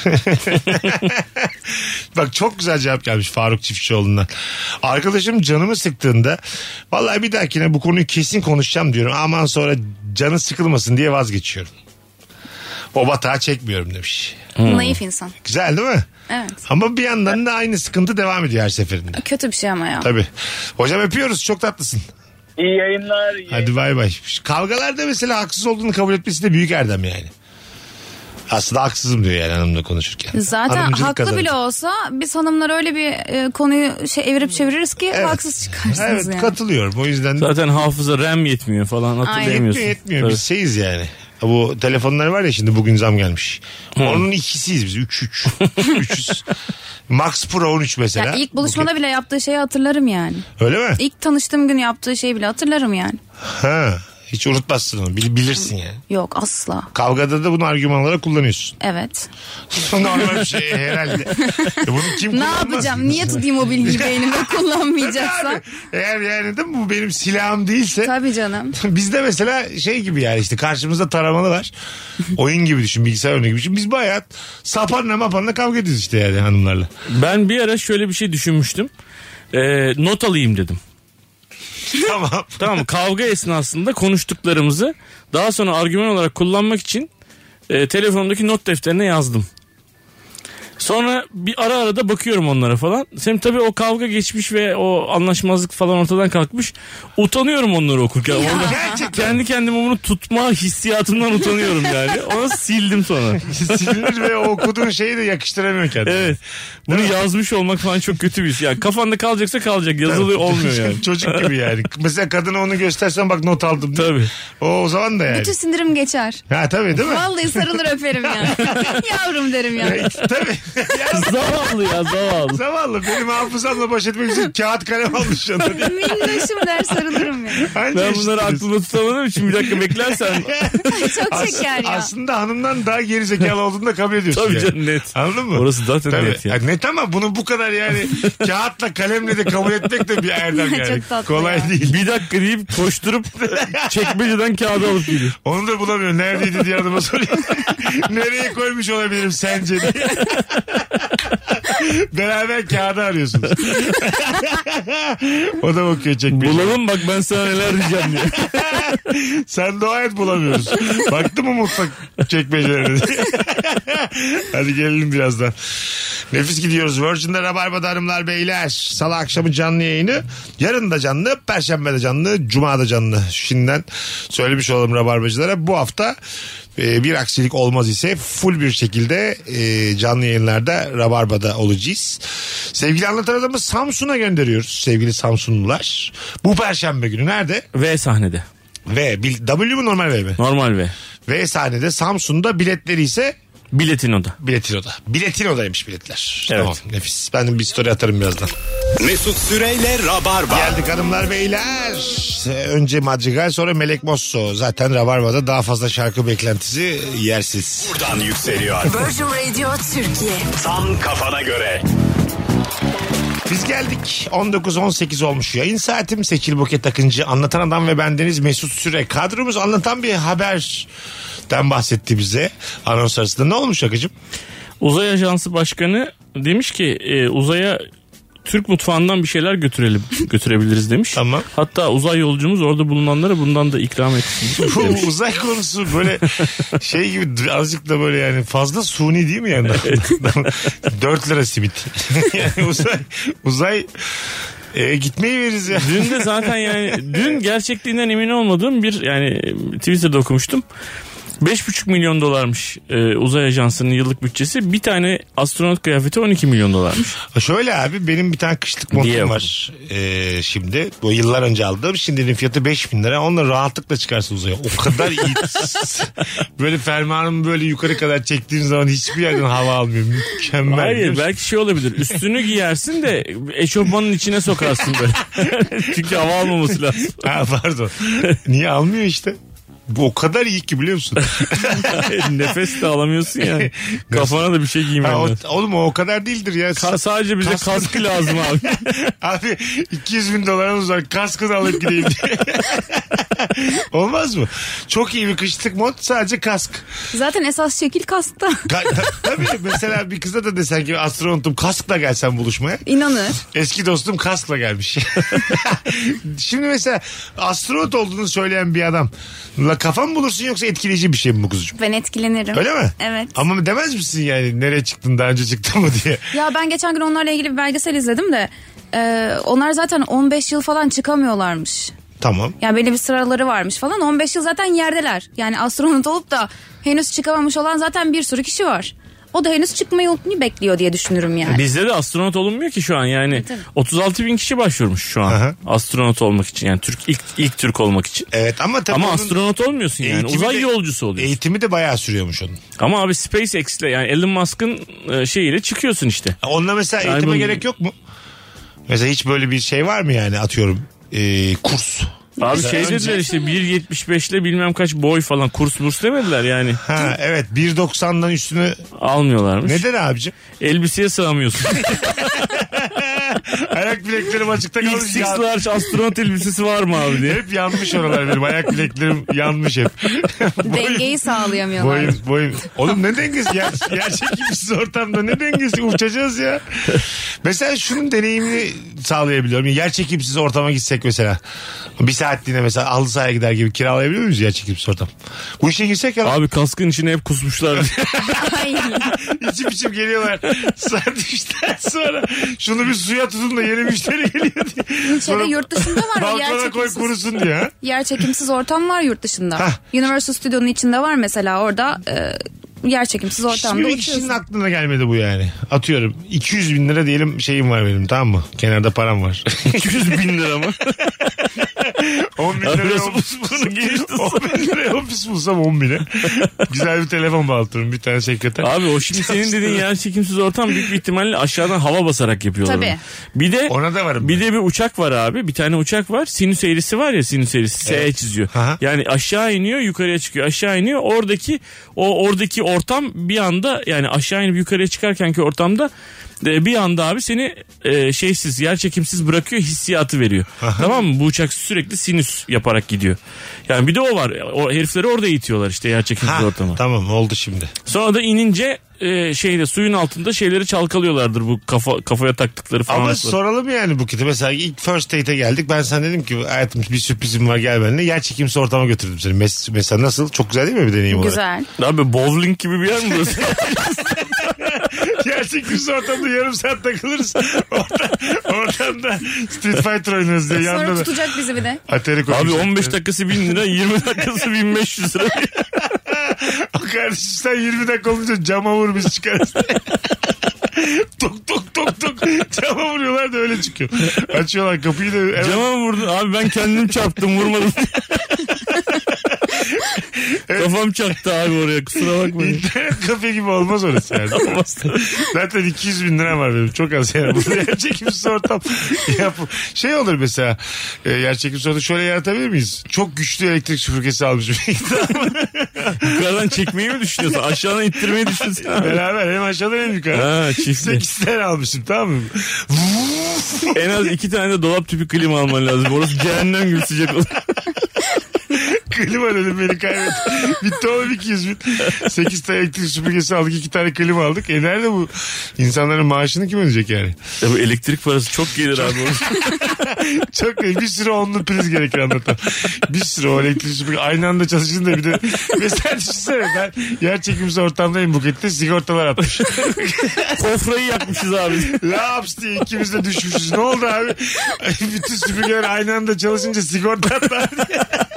[SPEAKER 3] Bak çok güzel cevap gelmiş Faruk Çiftçioğlu'ndan. Arkadaşım canımı sıktığında vallahi bir dahakine bu konuyu kesin konuşacağım diyorum. Aman sonra canı sıkılmasın diye vazgeçiyorum. O batağı çekmiyorum demiş.
[SPEAKER 4] Hmm. Naif insan.
[SPEAKER 3] Güzel değil mi?
[SPEAKER 4] Evet.
[SPEAKER 3] Ama bir yandan da aynı sıkıntı devam ediyor her seferinde.
[SPEAKER 4] Kötü bir şey ama ya.
[SPEAKER 3] Tabii. Hocam öpüyoruz, çok tatlısın.
[SPEAKER 12] İyi yayınlar. Iyi
[SPEAKER 3] Hadi bay bay. Kavgalarda mesela haksız olduğunu kabul etmesi de büyük erdem yani. Aslında haksızım diyor yani hanımla konuşurken.
[SPEAKER 4] Zaten
[SPEAKER 3] Hanımcılık
[SPEAKER 4] haklı
[SPEAKER 3] kazanır.
[SPEAKER 4] bile olsa biz hanımlar öyle bir e, konuyu şey evirip çeviririz ki
[SPEAKER 3] Evet.
[SPEAKER 4] haksız çıkarsınız
[SPEAKER 3] Evet
[SPEAKER 4] yani.
[SPEAKER 3] katılıyorum o yüzden.
[SPEAKER 5] Zaten hafıza RAM yetmiyor falan hatırlayamıyorsun.
[SPEAKER 3] Yetmiyor yetmiyor
[SPEAKER 5] Tabii.
[SPEAKER 3] biz şeyiz yani. Bu telefonlar var ya şimdi bugün zam gelmiş. Hmm. Onun ikisiyiz biz. Üç üç. Üçüz. Max Pro on üç mesela.
[SPEAKER 4] Ya ilk buluşmada bile yaptığı şeyi hatırlarım yani.
[SPEAKER 3] Öyle mi?
[SPEAKER 4] İlk tanıştığım gün yaptığı şeyi bile hatırlarım yani.
[SPEAKER 3] Ha. Hiç unutmazsın onu. Bil, bilirsin yani.
[SPEAKER 4] Yok asla.
[SPEAKER 3] Kavgada da bunu argüman olarak kullanıyorsun.
[SPEAKER 4] Evet.
[SPEAKER 3] Normal bir şey herhalde. E bunu kim
[SPEAKER 4] Ne
[SPEAKER 3] kullanmaz?
[SPEAKER 4] yapacağım? Niye tutayım o bilgiyi beynime kullanmayacaksam?
[SPEAKER 3] Abi, eğer yani de bu benim silahım değilse.
[SPEAKER 4] Tabii canım.
[SPEAKER 3] Bizde mesela şey gibi yani işte karşımızda taramalı var. Oyun gibi düşün, bilgisayar oyunu gibi düşün. Biz bayağı sapanla mapanla kavga ediyoruz işte yani hanımlarla.
[SPEAKER 5] Ben bir ara şöyle bir şey düşünmüştüm. Ee, not alayım dedim.
[SPEAKER 3] Tamam.
[SPEAKER 5] Tamam kavga esnasında konuştuklarımızı daha sonra argüman olarak kullanmak için e, telefonumdaki not defterine yazdım. Sonra bir ara ara da bakıyorum onlara falan. Sen tabii o kavga geçmiş ve o anlaşmazlık falan ortadan kalkmış. Utanıyorum onları okurken. Orada kendi kendime bunu tutma hissiyatımdan utanıyorum yani. Onu sildim sonra.
[SPEAKER 3] Silinir ve o okuduğun şeyi de yakıştıramıyor kendine.
[SPEAKER 5] Evet. Bunu yazmış olmak falan çok kötü bir şey. Yani kafanda kalacaksa kalacak. Yazılı olmuyor yani.
[SPEAKER 3] Çocuk gibi yani. Mesela kadına onu göstersen bak not aldım.
[SPEAKER 5] Tabii.
[SPEAKER 3] O, o zaman da yani.
[SPEAKER 4] Bütün sindirim geçer.
[SPEAKER 3] Ha tabii değil mi?
[SPEAKER 4] Vallahi sarılır öperim ya. Yavrum derim ya.
[SPEAKER 3] Ya, tabii. Yani,
[SPEAKER 5] zavallı ya zavallı.
[SPEAKER 3] Zavallı. Benim hafızamla baş etmek için kağıt kalem almış yanına.
[SPEAKER 4] Minnoşum der sarılırım ya.
[SPEAKER 5] Ben bunları aklımda tutamadığım için bir dakika beklersen.
[SPEAKER 4] Çok şeker ya.
[SPEAKER 3] Aslında hanımdan daha gerizekalı olduğunu da kabul ediyorsun.
[SPEAKER 5] Tabii
[SPEAKER 3] yani.
[SPEAKER 5] canım net.
[SPEAKER 3] Anladın mı?
[SPEAKER 5] Orası zaten
[SPEAKER 3] Tabii.
[SPEAKER 5] net ya.
[SPEAKER 3] ya. Net ama bunu bu kadar yani kağıtla kalemle de kabul etmek de bir erdem yani.
[SPEAKER 4] Çok tatlı
[SPEAKER 3] Kolay
[SPEAKER 4] ya.
[SPEAKER 3] değil.
[SPEAKER 5] Bir dakika deyip koşturup çekmeceden kağıdı alıp geliyor.
[SPEAKER 3] Onu da bulamıyor. Neredeydi diye adama soruyor. Nereye koymuş olabilirim sence diye. Beraber kağıdı arıyorsunuz. O da bakıyor çekmece.
[SPEAKER 5] Bulalım bak ben sana neler diyeceğim diye.
[SPEAKER 3] Sen dua et bulamıyoruz. Baktın mı mutfak çekmecelerine? Hadi gelelim birazdan. Nefis gidiyoruz. Virgin'de Rabarba'da hanımlar beyler. Salı akşamı canlı yayını. Yarın da canlı, Perşembe de canlı, Cuma da canlı. Şimdiden söylemiş olalım Rabarbacılara. Bu hafta e, bir aksilik olmaz ise full bir şekilde e, canlı yayınlarda Rabarba'da olacağız. Sevgili anlatan adamı Samsun'a gönderiyoruz. Sevgili Samsunlular. Bu Perşembe günü nerede?
[SPEAKER 5] V sahnede.
[SPEAKER 3] V. W mu normal V mi?
[SPEAKER 5] Normal V.
[SPEAKER 3] V sahnede Samsun'da, biletleri ise
[SPEAKER 5] Biletino'da.
[SPEAKER 3] Biletino'da. Biletino'daymış biletler.
[SPEAKER 5] Evet.
[SPEAKER 3] Tamam nefis. Ben de bir story atarım birazdan.
[SPEAKER 2] Mesut Süreyle Rabarba.
[SPEAKER 3] Geldik hanımlar beyler. Önce Madrigal sonra Melek Mosso. Zaten Rabarba'da daha fazla şarkı beklentisi yersiz.
[SPEAKER 2] Buradan yükseliyor.
[SPEAKER 13] Virgin Radio Türkiye.
[SPEAKER 2] Tam kafana göre.
[SPEAKER 3] Biz geldik. on dokuz on sekiz olmuş yayın saatim. Seçil Buket Akıncı, Anlatan Adam ve bendeniz Mesut Süre. Kadromuz anlatan bir haberden bahsetti bize. Anons arasında ne olmuş Akıncım?
[SPEAKER 5] Uzay Ajansı Başkanı demiş ki e, uzaya Türk mutfağından bir şeyler götürelim, götürebiliriz demiş.
[SPEAKER 3] Tamam.
[SPEAKER 5] Hatta uzay yolcumuz orada bulunanlara bundan da ikram etsin demiş.
[SPEAKER 3] Bu uzay konusu böyle şey gibi azıcık da böyle yani fazla suni değil mi yani? dört lira simit. Yani uzay uzay e, gitmeyi veririz ya.
[SPEAKER 5] Dün de zaten yani dün gerçekliğinden emin olmadığım bir yani Twitter'da okumuştum. beş buçuk milyon dolarmış e, uzay ajansının yıllık bütçesi. Bir tane astronot kıyafeti on iki milyon dolarmış.
[SPEAKER 3] Şöyle abi benim bir tane kışlık montum var e, şimdi. Bu yıllar önce aldığım. Şimdinin fiyatı beş bin lira. Onunla rahatlıkla çıkarsın uzaya. O kadar iyi. Böyle fermuarımı böyle yukarı kadar çektiğim zaman hiçbir yerden hava almıyor. Mükemmel.
[SPEAKER 5] Hayır belki şey olabilir. Üstünü giyersin de eşofmanın içine sokarsın böyle. Çünkü hava almaması lazım.
[SPEAKER 3] Ha pardon. Niye almıyor işte? Bu o kadar iyi ki biliyor musun?
[SPEAKER 5] Nefes de alamıyorsun yani. Kafana da bir şey giymen
[SPEAKER 3] ha, o,
[SPEAKER 5] lazım.
[SPEAKER 3] Oğlum o kadar değildir ya.
[SPEAKER 5] Ka- sadece bize
[SPEAKER 3] Kaskı...
[SPEAKER 5] kaskı lazım abi.
[SPEAKER 3] Abi iki yüz bin dolarımız var. Kaskını alıp gideyim diye. Olmaz mı? Çok iyi bir kışlık mont, sadece kask.
[SPEAKER 4] Zaten esas şekil kaskta.
[SPEAKER 3] Ka- ta- tabii mesela bir kıza da desen ki astronotum kaskla gelsen buluşmaya.
[SPEAKER 4] İnanır.
[SPEAKER 3] Eski dostum kaskla gelmiş. Şimdi mesela astronot olduğunu söyleyen bir adam kafa mı bulursun yoksa etkileyici bir şey mi bu kuzucuğum?
[SPEAKER 4] Ben etkilenirim.
[SPEAKER 3] Öyle mi?
[SPEAKER 4] Evet.
[SPEAKER 3] Ama demez misin yani nereye çıktın, daha önce çıktın mı diye?
[SPEAKER 4] Ya ben geçen gün onlarla ilgili bir belgesel izledim de e, onlar zaten on beş yıl falan çıkamıyorlarmış.
[SPEAKER 3] Tamam.
[SPEAKER 4] Yani belli bir sıraları varmış falan. on beş yıl zaten yerdeler. Yani astronot olup da henüz çıkamamış olan zaten bir sürü kişi var. O da henüz çıkmayı bekliyor diye düşünürüm yani.
[SPEAKER 5] Bizde de astronot olunmuyor ki şu an yani.
[SPEAKER 4] Evet, evet.
[SPEAKER 5] otuz altı bin kişi başvurmuş şu an. Aha. Astronot olmak için yani Türk ilk ilk Türk olmak için.
[SPEAKER 3] Evet ama tabii
[SPEAKER 5] ama astronot olmuyorsun yani. Uzay
[SPEAKER 3] de,
[SPEAKER 5] yolcusu oluyorsun.
[SPEAKER 3] Eğitimi de bayağı sürüyormuş onun.
[SPEAKER 5] Ama abi SpaceX'le yani Elon Musk'ın şeyiyle çıkıyorsun işte.
[SPEAKER 3] Onunla mesela
[SPEAKER 5] yani
[SPEAKER 3] eğitime
[SPEAKER 5] bu...
[SPEAKER 3] gerek yok mu? Mesela hiç böyle bir şey var mı yani atıyorum e, kurs?
[SPEAKER 5] Abi
[SPEAKER 3] mesela
[SPEAKER 5] şey
[SPEAKER 3] önce...
[SPEAKER 5] dediler işte bir yetmiş beş ile bilmem kaç boy falan kurs burs demediler yani.
[SPEAKER 3] Ha evet bir doksandan üstünü
[SPEAKER 5] almıyorlarmış.
[SPEAKER 3] Neden abicim?
[SPEAKER 5] Elbiseye sığamıyorsun.
[SPEAKER 3] Ayak bileklerim açıkta kalmış.
[SPEAKER 5] X X large astronot elbisesi var mı abi diye.
[SPEAKER 3] Hep yanmış oralar benim. Ayak bileklerim yanmış hep.
[SPEAKER 4] Dengeyi sağlayamıyorlar.
[SPEAKER 3] Boyun, boyun. Oğlum ne dengesi? Yer, yer çekimsiz ortamda ne dengesi? Uçacağız ya. Mesela şunun deneyimini sağlayabiliyorum. Yer çekimsiz ortama gitsek mesela. Bir saatliğine mesela halı sahaya gider gibi kiralayabiliyor muyuz yer çekimsiz ortam? Bu işe girsek ya.
[SPEAKER 5] Abi kaskın içine hep kusmuşlar.
[SPEAKER 3] İçim içim geliyorlar. Saat üçten sonra şunu bir suya tutun da yeni müşteri geliyor diye.
[SPEAKER 4] Şeyde yurt dışında var.
[SPEAKER 3] Balkona koy kurusun diye. Ha?
[SPEAKER 4] Yer çekimsiz ortam var yurt dışında. Hah. Universal Studio'nun içinde var mesela orada e, yer çekimsiz ortamda
[SPEAKER 3] uçuyorsun. Hiçbir kişinin aklına gelmedi bu yani. Atıyorum iki yüz bin lira diyelim şeyim var benim, tamam mı? Kenarda param var.
[SPEAKER 5] iki yüz bin lira mı?
[SPEAKER 3] on bin liraya ofis bulsam. on bin liraya ofis bulsam on bine. Güzel bir telefon bağlatırım, bir tane sekreter.
[SPEAKER 5] Abi o şimdi senin dediğin yer çekimsiz ortam büyük bir ihtimalle aşağıdan hava basarak yapıyorlar.
[SPEAKER 4] Tabii.
[SPEAKER 5] Bir de
[SPEAKER 3] ona da varım
[SPEAKER 5] bir
[SPEAKER 3] ben.
[SPEAKER 5] de bir uçak var abi. Bir tane uçak var. Sinüs eğrisi var ya, sinüs eğrisi S evet. çiziyor. Aha. Yani aşağı iniyor, yukarıya çıkıyor. Aşağı iniyor. Oradaki o oradaki ortam bir anda, yani aşağı inip yukarıya çıkarkenki ortamda bir anda abi seni e, şeysiz, yer çekimsiz bırakıyor, hissiyatı veriyor. Aha. Tamam mı? Bu uçak sürekli sinüs yaparak gidiyor. Yani bir de o var. O herifleri orada eğitiyorlar işte yer çekimsiz ortama.
[SPEAKER 3] Tamam oldu şimdi.
[SPEAKER 5] Sonra da inince e, şeyde suyun altında şeyleri çalkalıyorlardır, bu kafa kafaya taktıkları falan.
[SPEAKER 3] Ama
[SPEAKER 5] var.
[SPEAKER 3] soralım yani bu kiti. Mesela ilk first date'e geldik. Ben sana dedim ki hayatım bir sürprizim var, gel benimle. Yer çekimsiz ortama götürdüm seni. Mes- mesela nasıl? Çok güzel değil mi bir deneyim
[SPEAKER 4] güzel.
[SPEAKER 3] olarak?
[SPEAKER 4] Güzel.
[SPEAKER 5] Abi bowling gibi bir yer mi burası?
[SPEAKER 3] Yer çekimsiz ortamda yarım saat takılırız. Oradan, oradan da Street Fighter oynarız diye.
[SPEAKER 4] Sonra
[SPEAKER 3] yanında
[SPEAKER 4] tutacak da bizi bir de.
[SPEAKER 5] Abi on beş dakikası bin lira, yirmi dakikası bin beş yüz lira.
[SPEAKER 3] O kardeşim sen yirmi dakika olunca cama vur biz çıkarız. tok tok tok tok cama vuruyorlar da öyle çıkıyor. Açıyorlar kapıyı da. Evet.
[SPEAKER 5] Cama mı vurdun? Abi ben kendim çarptım, vurmadım. Evet. Kafam çaktı abi oraya, kusura bakmayın.
[SPEAKER 3] İnternet kafe gibi olmaz orası yani. Olmaz. Zaten iki yüz bin lira var benim, çok az yani. Burada yer çekimsiz ortam. Yap. Şey olur mesela, e, yer çekimsiz ortam şöyle yaratabilir miyiz? Çok güçlü elektrik süpürgesi almışım.
[SPEAKER 5] Yukarıdan çekmeyi mi düşünüyorsun? Aşağıdan ittirmeyi düşünüyorsun.
[SPEAKER 3] Beraber hem aşağıdan hem yukarı.
[SPEAKER 5] Ha, çiftli.
[SPEAKER 3] sekiz tane almışım, tamam mı?
[SPEAKER 5] En az iki tane de dolap tüpü klima alman lazım. Orası cehennem gibi sıcak olur.
[SPEAKER 3] Klima dedim, beni kaybetti. Bitti oğlum iki yüz bin. sekiz tane elektrik süpürgesi aldık, iki tane klima aldık. E nerede bu? İnsanların maaşını kim ödeyecek yani?
[SPEAKER 5] Ya bu elektrik parası çok gelir abi.
[SPEAKER 3] Çok bir sürü onlu priz gerekir anlatan. Bir sürü o elektrik süpürge aynı anda çalışın da bir de. Mesela düşünsene, ben yer çekimsiz ortamdayım, Buket'te sigortalar atmış.
[SPEAKER 5] Kofrayı yakmışız abi.
[SPEAKER 3] Laps diye ikimiz de düşmüşüz. Ne oldu abi? Bütün süpürgeler aynı anda çalışınca sigorta atlar diye.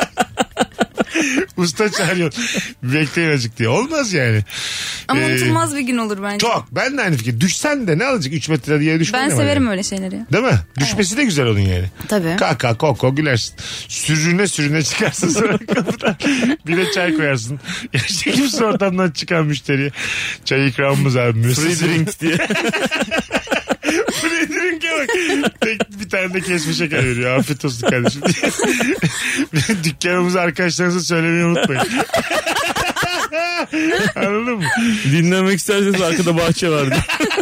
[SPEAKER 3] Usta çağırıyor. Bekleyin azıcık diye. Olmaz yani.
[SPEAKER 4] Ama
[SPEAKER 3] ee,
[SPEAKER 4] unutulmaz bir gün olur bence.
[SPEAKER 3] Çok. Ben de aynı fikir. Düşsen de ne alacak? üç metre diye düşmen.
[SPEAKER 4] Ben severim yani öyle şeyleri.
[SPEAKER 3] Değil mi? Düşmesi evet. de güzel onun yani.
[SPEAKER 4] Tabii.
[SPEAKER 3] Kaka koko gülersin. Sürüne sürüne çıkarsın sonra kapıdan. Bir de çay koyarsın. Kimse ortamdan çıkan müşteriye. Çay ikramımız abi.
[SPEAKER 5] Free drink diye.
[SPEAKER 3] Free drink'e bak. Tek bir tane de kesme şeker veriyor. Afiyet olsun kardeşim. Dükkanımızı arkadaşlarınıza söylemeyi unutmayın. Anladın mı?
[SPEAKER 5] Dinlemek isterseniz arkada bahçe vardı.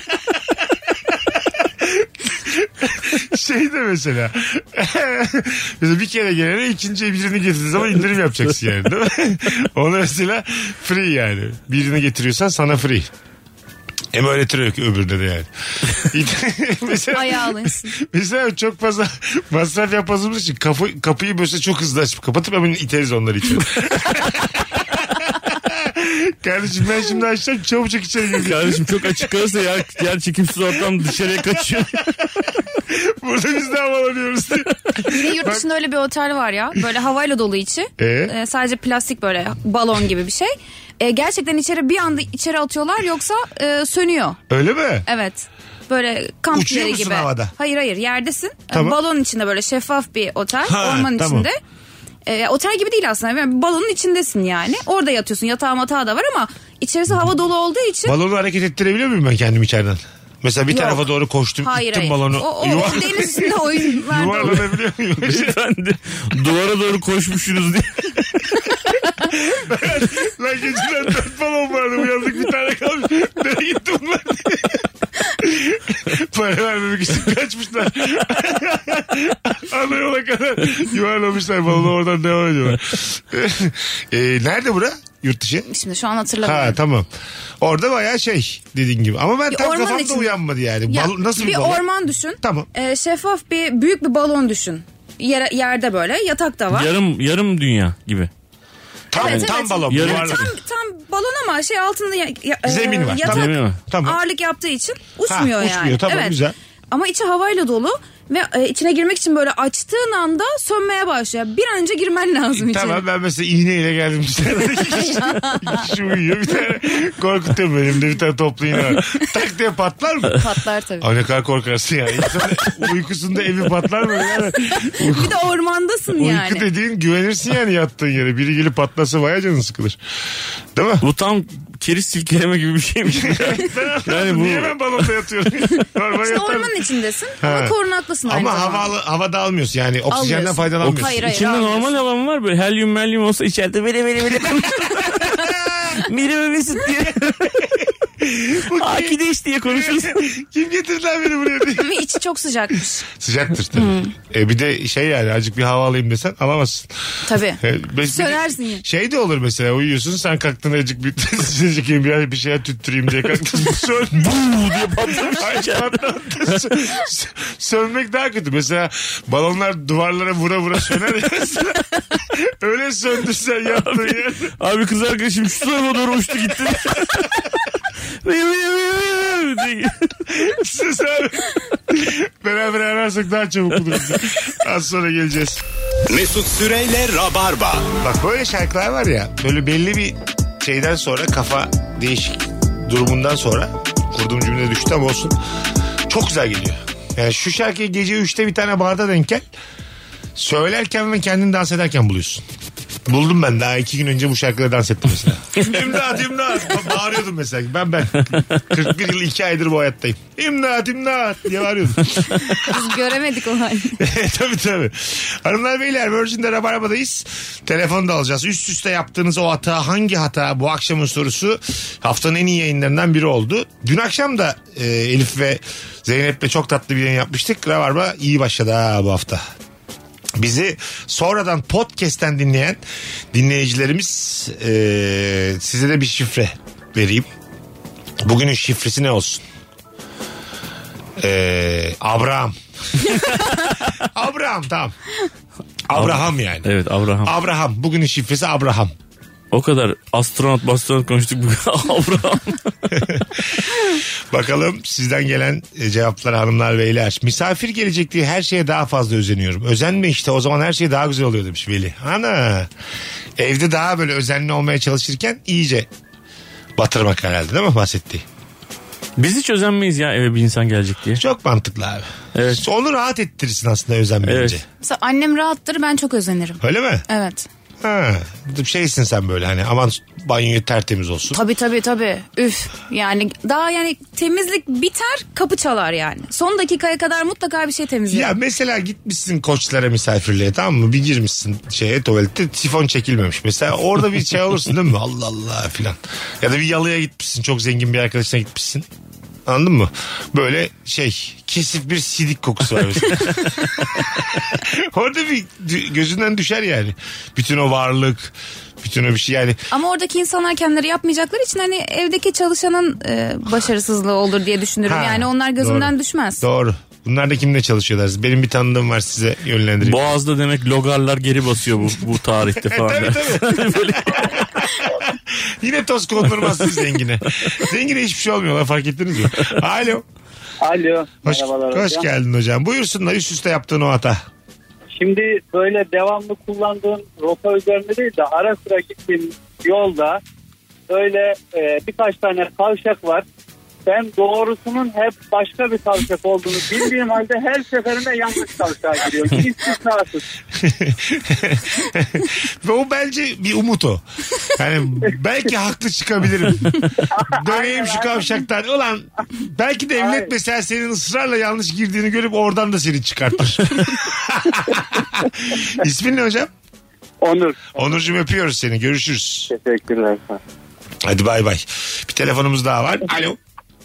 [SPEAKER 3] Şey de mesela. Mesela bir kere gelene ikinciye birini getirdiği zaman indirim yapacaksın yani, değil mi? Ona mesela free yani. Birini getiriyorsan sana free. Hem öğretiriyor ki öbüründe de yani. mesela,
[SPEAKER 4] ayağı alınsın.
[SPEAKER 3] Mesela çok fazla masraf yapmamız için kapı, kapıyı böyle çok hızlı açıp kapatıp hemen iteriz onları içeri. Kardeşim ben şimdi açacağım, çabucak içeri gireceğim.
[SPEAKER 5] Kardeşim çok açık kalırsa yer, yer çekimsiz ortam dışarıya kaçıyor.
[SPEAKER 3] Burada biz de havalanıyoruz diye.
[SPEAKER 4] Yine yurt dışında öyle bir otel var ya. Böyle havayla dolu içi.
[SPEAKER 3] Ee?
[SPEAKER 4] Ee, sadece plastik böyle balon gibi bir şey. Ee, gerçekten içeri bir anda içeri atıyorlar yoksa e, sönüyor.
[SPEAKER 3] Öyle mi?
[SPEAKER 4] Evet. Böyle kamp
[SPEAKER 3] Uçuyor
[SPEAKER 4] yeri
[SPEAKER 3] musun
[SPEAKER 4] gibi.
[SPEAKER 3] havada?
[SPEAKER 4] Hayır hayır yerdesin.
[SPEAKER 3] Tamam.
[SPEAKER 4] Balon içinde böyle şeffaf bir otel.
[SPEAKER 3] Ha,
[SPEAKER 4] ormanın
[SPEAKER 3] tamam.
[SPEAKER 4] içinde. Ee, otel gibi değil aslında. Yani balonun içindesin yani. Orada yatıyorsun. Yatağı matağı da var ama içerisi hava dolu olduğu için.
[SPEAKER 3] Balonu hareket ettirebiliyor muyum ben kendim içeriden? Mesela bir
[SPEAKER 4] Yok.
[SPEAKER 3] tarafa doğru koştum,
[SPEAKER 4] Hayır,
[SPEAKER 3] ittim
[SPEAKER 4] hayır.
[SPEAKER 3] balonu.
[SPEAKER 4] O, o,
[SPEAKER 3] Yuvar-
[SPEAKER 4] o deniz üstünde oyunlar.
[SPEAKER 3] Yuvarlanabiliyor muyum?
[SPEAKER 5] Beyefendi duvara doğru koşmuşsunuz diye.
[SPEAKER 3] Lan geceden dört balon vardı, uyandık bir tane kalmış. Nereye gitti bunlar diye. Para vermemek için kaçmışlar. Ana yola kadar yuvarlamışlar balonu, oradan devam ediyorlar. e, nerede bura? Yurt dışı?
[SPEAKER 4] Şimdi şu an hatırlamıyorum.
[SPEAKER 3] Ha tamam. Orada bayağı şey dediğin gibi. Ama ben
[SPEAKER 4] Bir
[SPEAKER 3] tam
[SPEAKER 4] orman
[SPEAKER 3] kafamda
[SPEAKER 4] içinde.
[SPEAKER 3] uyanmadı yani.
[SPEAKER 4] Ya,
[SPEAKER 3] Bal- nasıl bir,
[SPEAKER 4] bir
[SPEAKER 3] balon?
[SPEAKER 4] orman düşün.
[SPEAKER 3] Tamam.
[SPEAKER 4] Ee, şeffaf bir büyük bir balon düşün. Yere, yerde böyle yatak da var.
[SPEAKER 5] Yarım yarım dünya gibi.
[SPEAKER 3] Tam,
[SPEAKER 4] Evet,
[SPEAKER 3] tam
[SPEAKER 4] evet.
[SPEAKER 3] balon.
[SPEAKER 5] Yarım-
[SPEAKER 3] yuvarlak.
[SPEAKER 4] Tam, tam balon ama şey altında ya, ya-
[SPEAKER 3] Zemin
[SPEAKER 4] e,
[SPEAKER 3] var.
[SPEAKER 4] yatak
[SPEAKER 5] Zemin var.
[SPEAKER 3] Tamam.
[SPEAKER 4] ağırlık yaptığı için uçmuyor
[SPEAKER 3] Ha,
[SPEAKER 4] yani.
[SPEAKER 3] uçmuyor, tamam, güzel.
[SPEAKER 4] Ama içi havayla dolu ve e, içine girmek için böyle açtığın anda sönmeye başlıyor. Bir an önce girmen lazım içeri.
[SPEAKER 3] Tamam, ben mesela iğneyle geldim. Bir tane iki kişi, iki kişi uyuyor. Bir tane korkutuyorum, elimde bir tane toplu iğne var. Tak diye patlar mı?
[SPEAKER 4] Patlar tabii.
[SPEAKER 3] Ay ne kadar korkarsın ya. İnsan uykusunda evi patlar mı? Yani?
[SPEAKER 4] Bir de ormandasın yani.
[SPEAKER 3] Uyku dediğin güvenirsin yani yattığın yere. Biri gelip patlasa bayağı canın sıkılır. Değil mi?
[SPEAKER 5] Bu tam keriz silkeleme gibi bir şeymiş.
[SPEAKER 3] Yani bu... Niye ben balonda yatıyorum? Normal
[SPEAKER 4] İşte
[SPEAKER 3] yatarım.
[SPEAKER 4] ormanın içindesin
[SPEAKER 3] Ha.
[SPEAKER 4] ama korunaklısın aynı
[SPEAKER 3] Ama
[SPEAKER 4] zamanda.
[SPEAKER 3] havalı, havada almıyorsun yani. Oksijenden
[SPEAKER 4] Almıyorsun.
[SPEAKER 3] faydalanmıyorsun.
[SPEAKER 4] Hayır, hayır.
[SPEAKER 5] İçinde
[SPEAKER 4] almıyorsun.
[SPEAKER 5] normal hava mı var? Böyle helyum melyum olsa içeride böyle böyle böyle. Miri ve Mesut diye. Akideş diye konuşuruz.
[SPEAKER 3] Kim getirdi lan beni buraya diye.
[SPEAKER 4] Ama içi çok sıcakmış.
[SPEAKER 3] Sıcaktır tabii. E bir de şey yani azıcık bir hava alayım desen alamazsın.
[SPEAKER 4] Tabii.
[SPEAKER 3] E, bir de
[SPEAKER 4] Sönersin ya.
[SPEAKER 3] Şey de olur mesela, uyuyorsun sen kalktın azıcık bir sıcacık bir, bir şeyler tüttüreyim diye kalktın. Sön. Buuu diye patlamış. Hayır patladı. Sö- sö- Sönmek daha kötü. Mesela balonlar duvarlara vura vura söner ya. Öyle söndürsen yattığın yerde.
[SPEAKER 5] Abi kız arkadaşım şu tarafa doğru uçtu gitti.
[SPEAKER 3] Siz abi. Beraber ararsak daha çabuk buluruz. Az sonra geleceğiz.
[SPEAKER 2] Mesut Süreyle Rabarba.
[SPEAKER 3] Bak böyle şarkılar var ya, böyle belli bir şeyden sonra, kafa değişik durumundan sonra, kurduğum cümle düştü ama olsun, çok güzel geliyor. Yani şu şarkıyı gece üçte bir tane barda denk gel, söylerken ve kendini dans ederken buluyorsun. Buldum ben, daha iki gün önce bu şarkıda dans ettim mesela. İmdat imdat Ba- bağırıyordum mesela. Ben ben kırk bir yıl iki aydır bu hayattayım. İmdat imdat diye bağırıyordum.
[SPEAKER 4] Biz göremedik o halde.
[SPEAKER 3] Tabii tabii. Hanımlar beyler, Virgin'de Rabarba'dayız. Telefonu da alacağız. Üst üste yaptığınız o hata hangi hata? Bu akşamın sorusu. Haftanın en iyi yayınlarından biri oldu. Dün akşam da e, Elif ve Zeynep'le çok tatlı bir yayın yapmıştık. Rabarba iyi başladı ha bu hafta. Bizi sonradan podcast'ten dinleyen dinleyicilerimiz, e, size de bir şifre vereyim. Bugünün şifresi ne olsun? E, Abraham. Abraham tamam. Abraham yani.
[SPEAKER 5] Evet, Abraham.
[SPEAKER 3] Abraham. Bugünün şifresi Abraham.
[SPEAKER 5] O kadar astronot astronot konuştuk bugün. Abraham.
[SPEAKER 3] Bakalım sizden gelen cevaplar hanımlar beyler. Misafir gelecek diye her şeye daha fazla özeniyorum. Özenme işte, o zaman her şey daha güzel oluyor demiş Veli. Ana. Evde daha böyle özenli olmaya çalışırken iyice batırmak herhalde, değil mi bahsettiği?
[SPEAKER 5] Biz hiç özenmeyiz ya eve bir insan gelecek diye.
[SPEAKER 3] Çok mantıklı abi.
[SPEAKER 5] Evet.
[SPEAKER 3] Onu rahat ettirirsin aslında özenmeyince.
[SPEAKER 5] Evet.
[SPEAKER 4] Mesela annem rahattır, ben çok özenirim.
[SPEAKER 3] Öyle mi?
[SPEAKER 4] Evet.
[SPEAKER 3] Ha, şeysin sen böyle hani, aman banyoyu tertemiz olsun.
[SPEAKER 4] Tabii tabii tabii. Üf. Yani daha yani temizlik biter, kapı çalar yani. Son dakikaya kadar mutlaka bir şey temizliyor.
[SPEAKER 3] Ya mesela gitmişsin Koçlara misafirliğe, tamam mı? Bir girmişsin şeye, tuvalette sifon çekilmemiş. Mesela orada bir şey olursun değil mi? Allah Allah filan. Ya da bir yalıya gitmişsin, çok zengin bir arkadaşına gitmişsin. Anladın mı? Böyle şey, kesif bir sidik kokusu var mesela. Orada bir gözünden düşer yani. Bütün o varlık, bütün o bir şey yani.
[SPEAKER 4] Ama oradaki insanlar kendileri yapmayacakları için hani evdeki çalışanın e, başarısızlığı olur diye düşünürüm.
[SPEAKER 3] Ha,
[SPEAKER 4] yani onlar gözümden
[SPEAKER 3] doğru.
[SPEAKER 4] düşmez.
[SPEAKER 3] Doğru. Bunlar da kimle çalışıyorlar? Benim bir tanıdığım var, size yönlendireyim.
[SPEAKER 5] Boğaz'da demek logarlar geri basıyor bu, bu tarihte falan.
[SPEAKER 3] tabii tabii. Böyle... Yine toz kondurmazsın zengine. Zengine hiçbir şey olmuyorlar, fark ettiniz mi? Alo.
[SPEAKER 12] Alo.
[SPEAKER 3] Hoş,
[SPEAKER 12] Merhabalar
[SPEAKER 3] hoş
[SPEAKER 12] hocam.
[SPEAKER 3] geldin hocam. Buyursunlar üst üste yaptığın o hata.
[SPEAKER 12] Şimdi böyle devamlı kullandığım rota üzerinde değil de ara sıra gittiğim yolda böyle e, birkaç tane kavşak var. Ben doğrusunun hep başka bir kavşak olduğunu bildiğim halde her seferinde yanlış kavşağa giriyorum. İstisnasız.
[SPEAKER 3] Ve o bence bir umut o. Yani belki haklı çıkabilirim. Döneyim şu kavşaktan. Ulan belki de emniyet mesela senin ısrarla yanlış girdiğini görüp oradan da seni çıkartır. İsmin ne hocam?
[SPEAKER 12] Onur.
[SPEAKER 3] Onurcuğum öpüyoruz seni. Görüşürüz.
[SPEAKER 12] Teşekkürler.
[SPEAKER 3] Hadi bay bay. Bir telefonumuz daha var. Alo.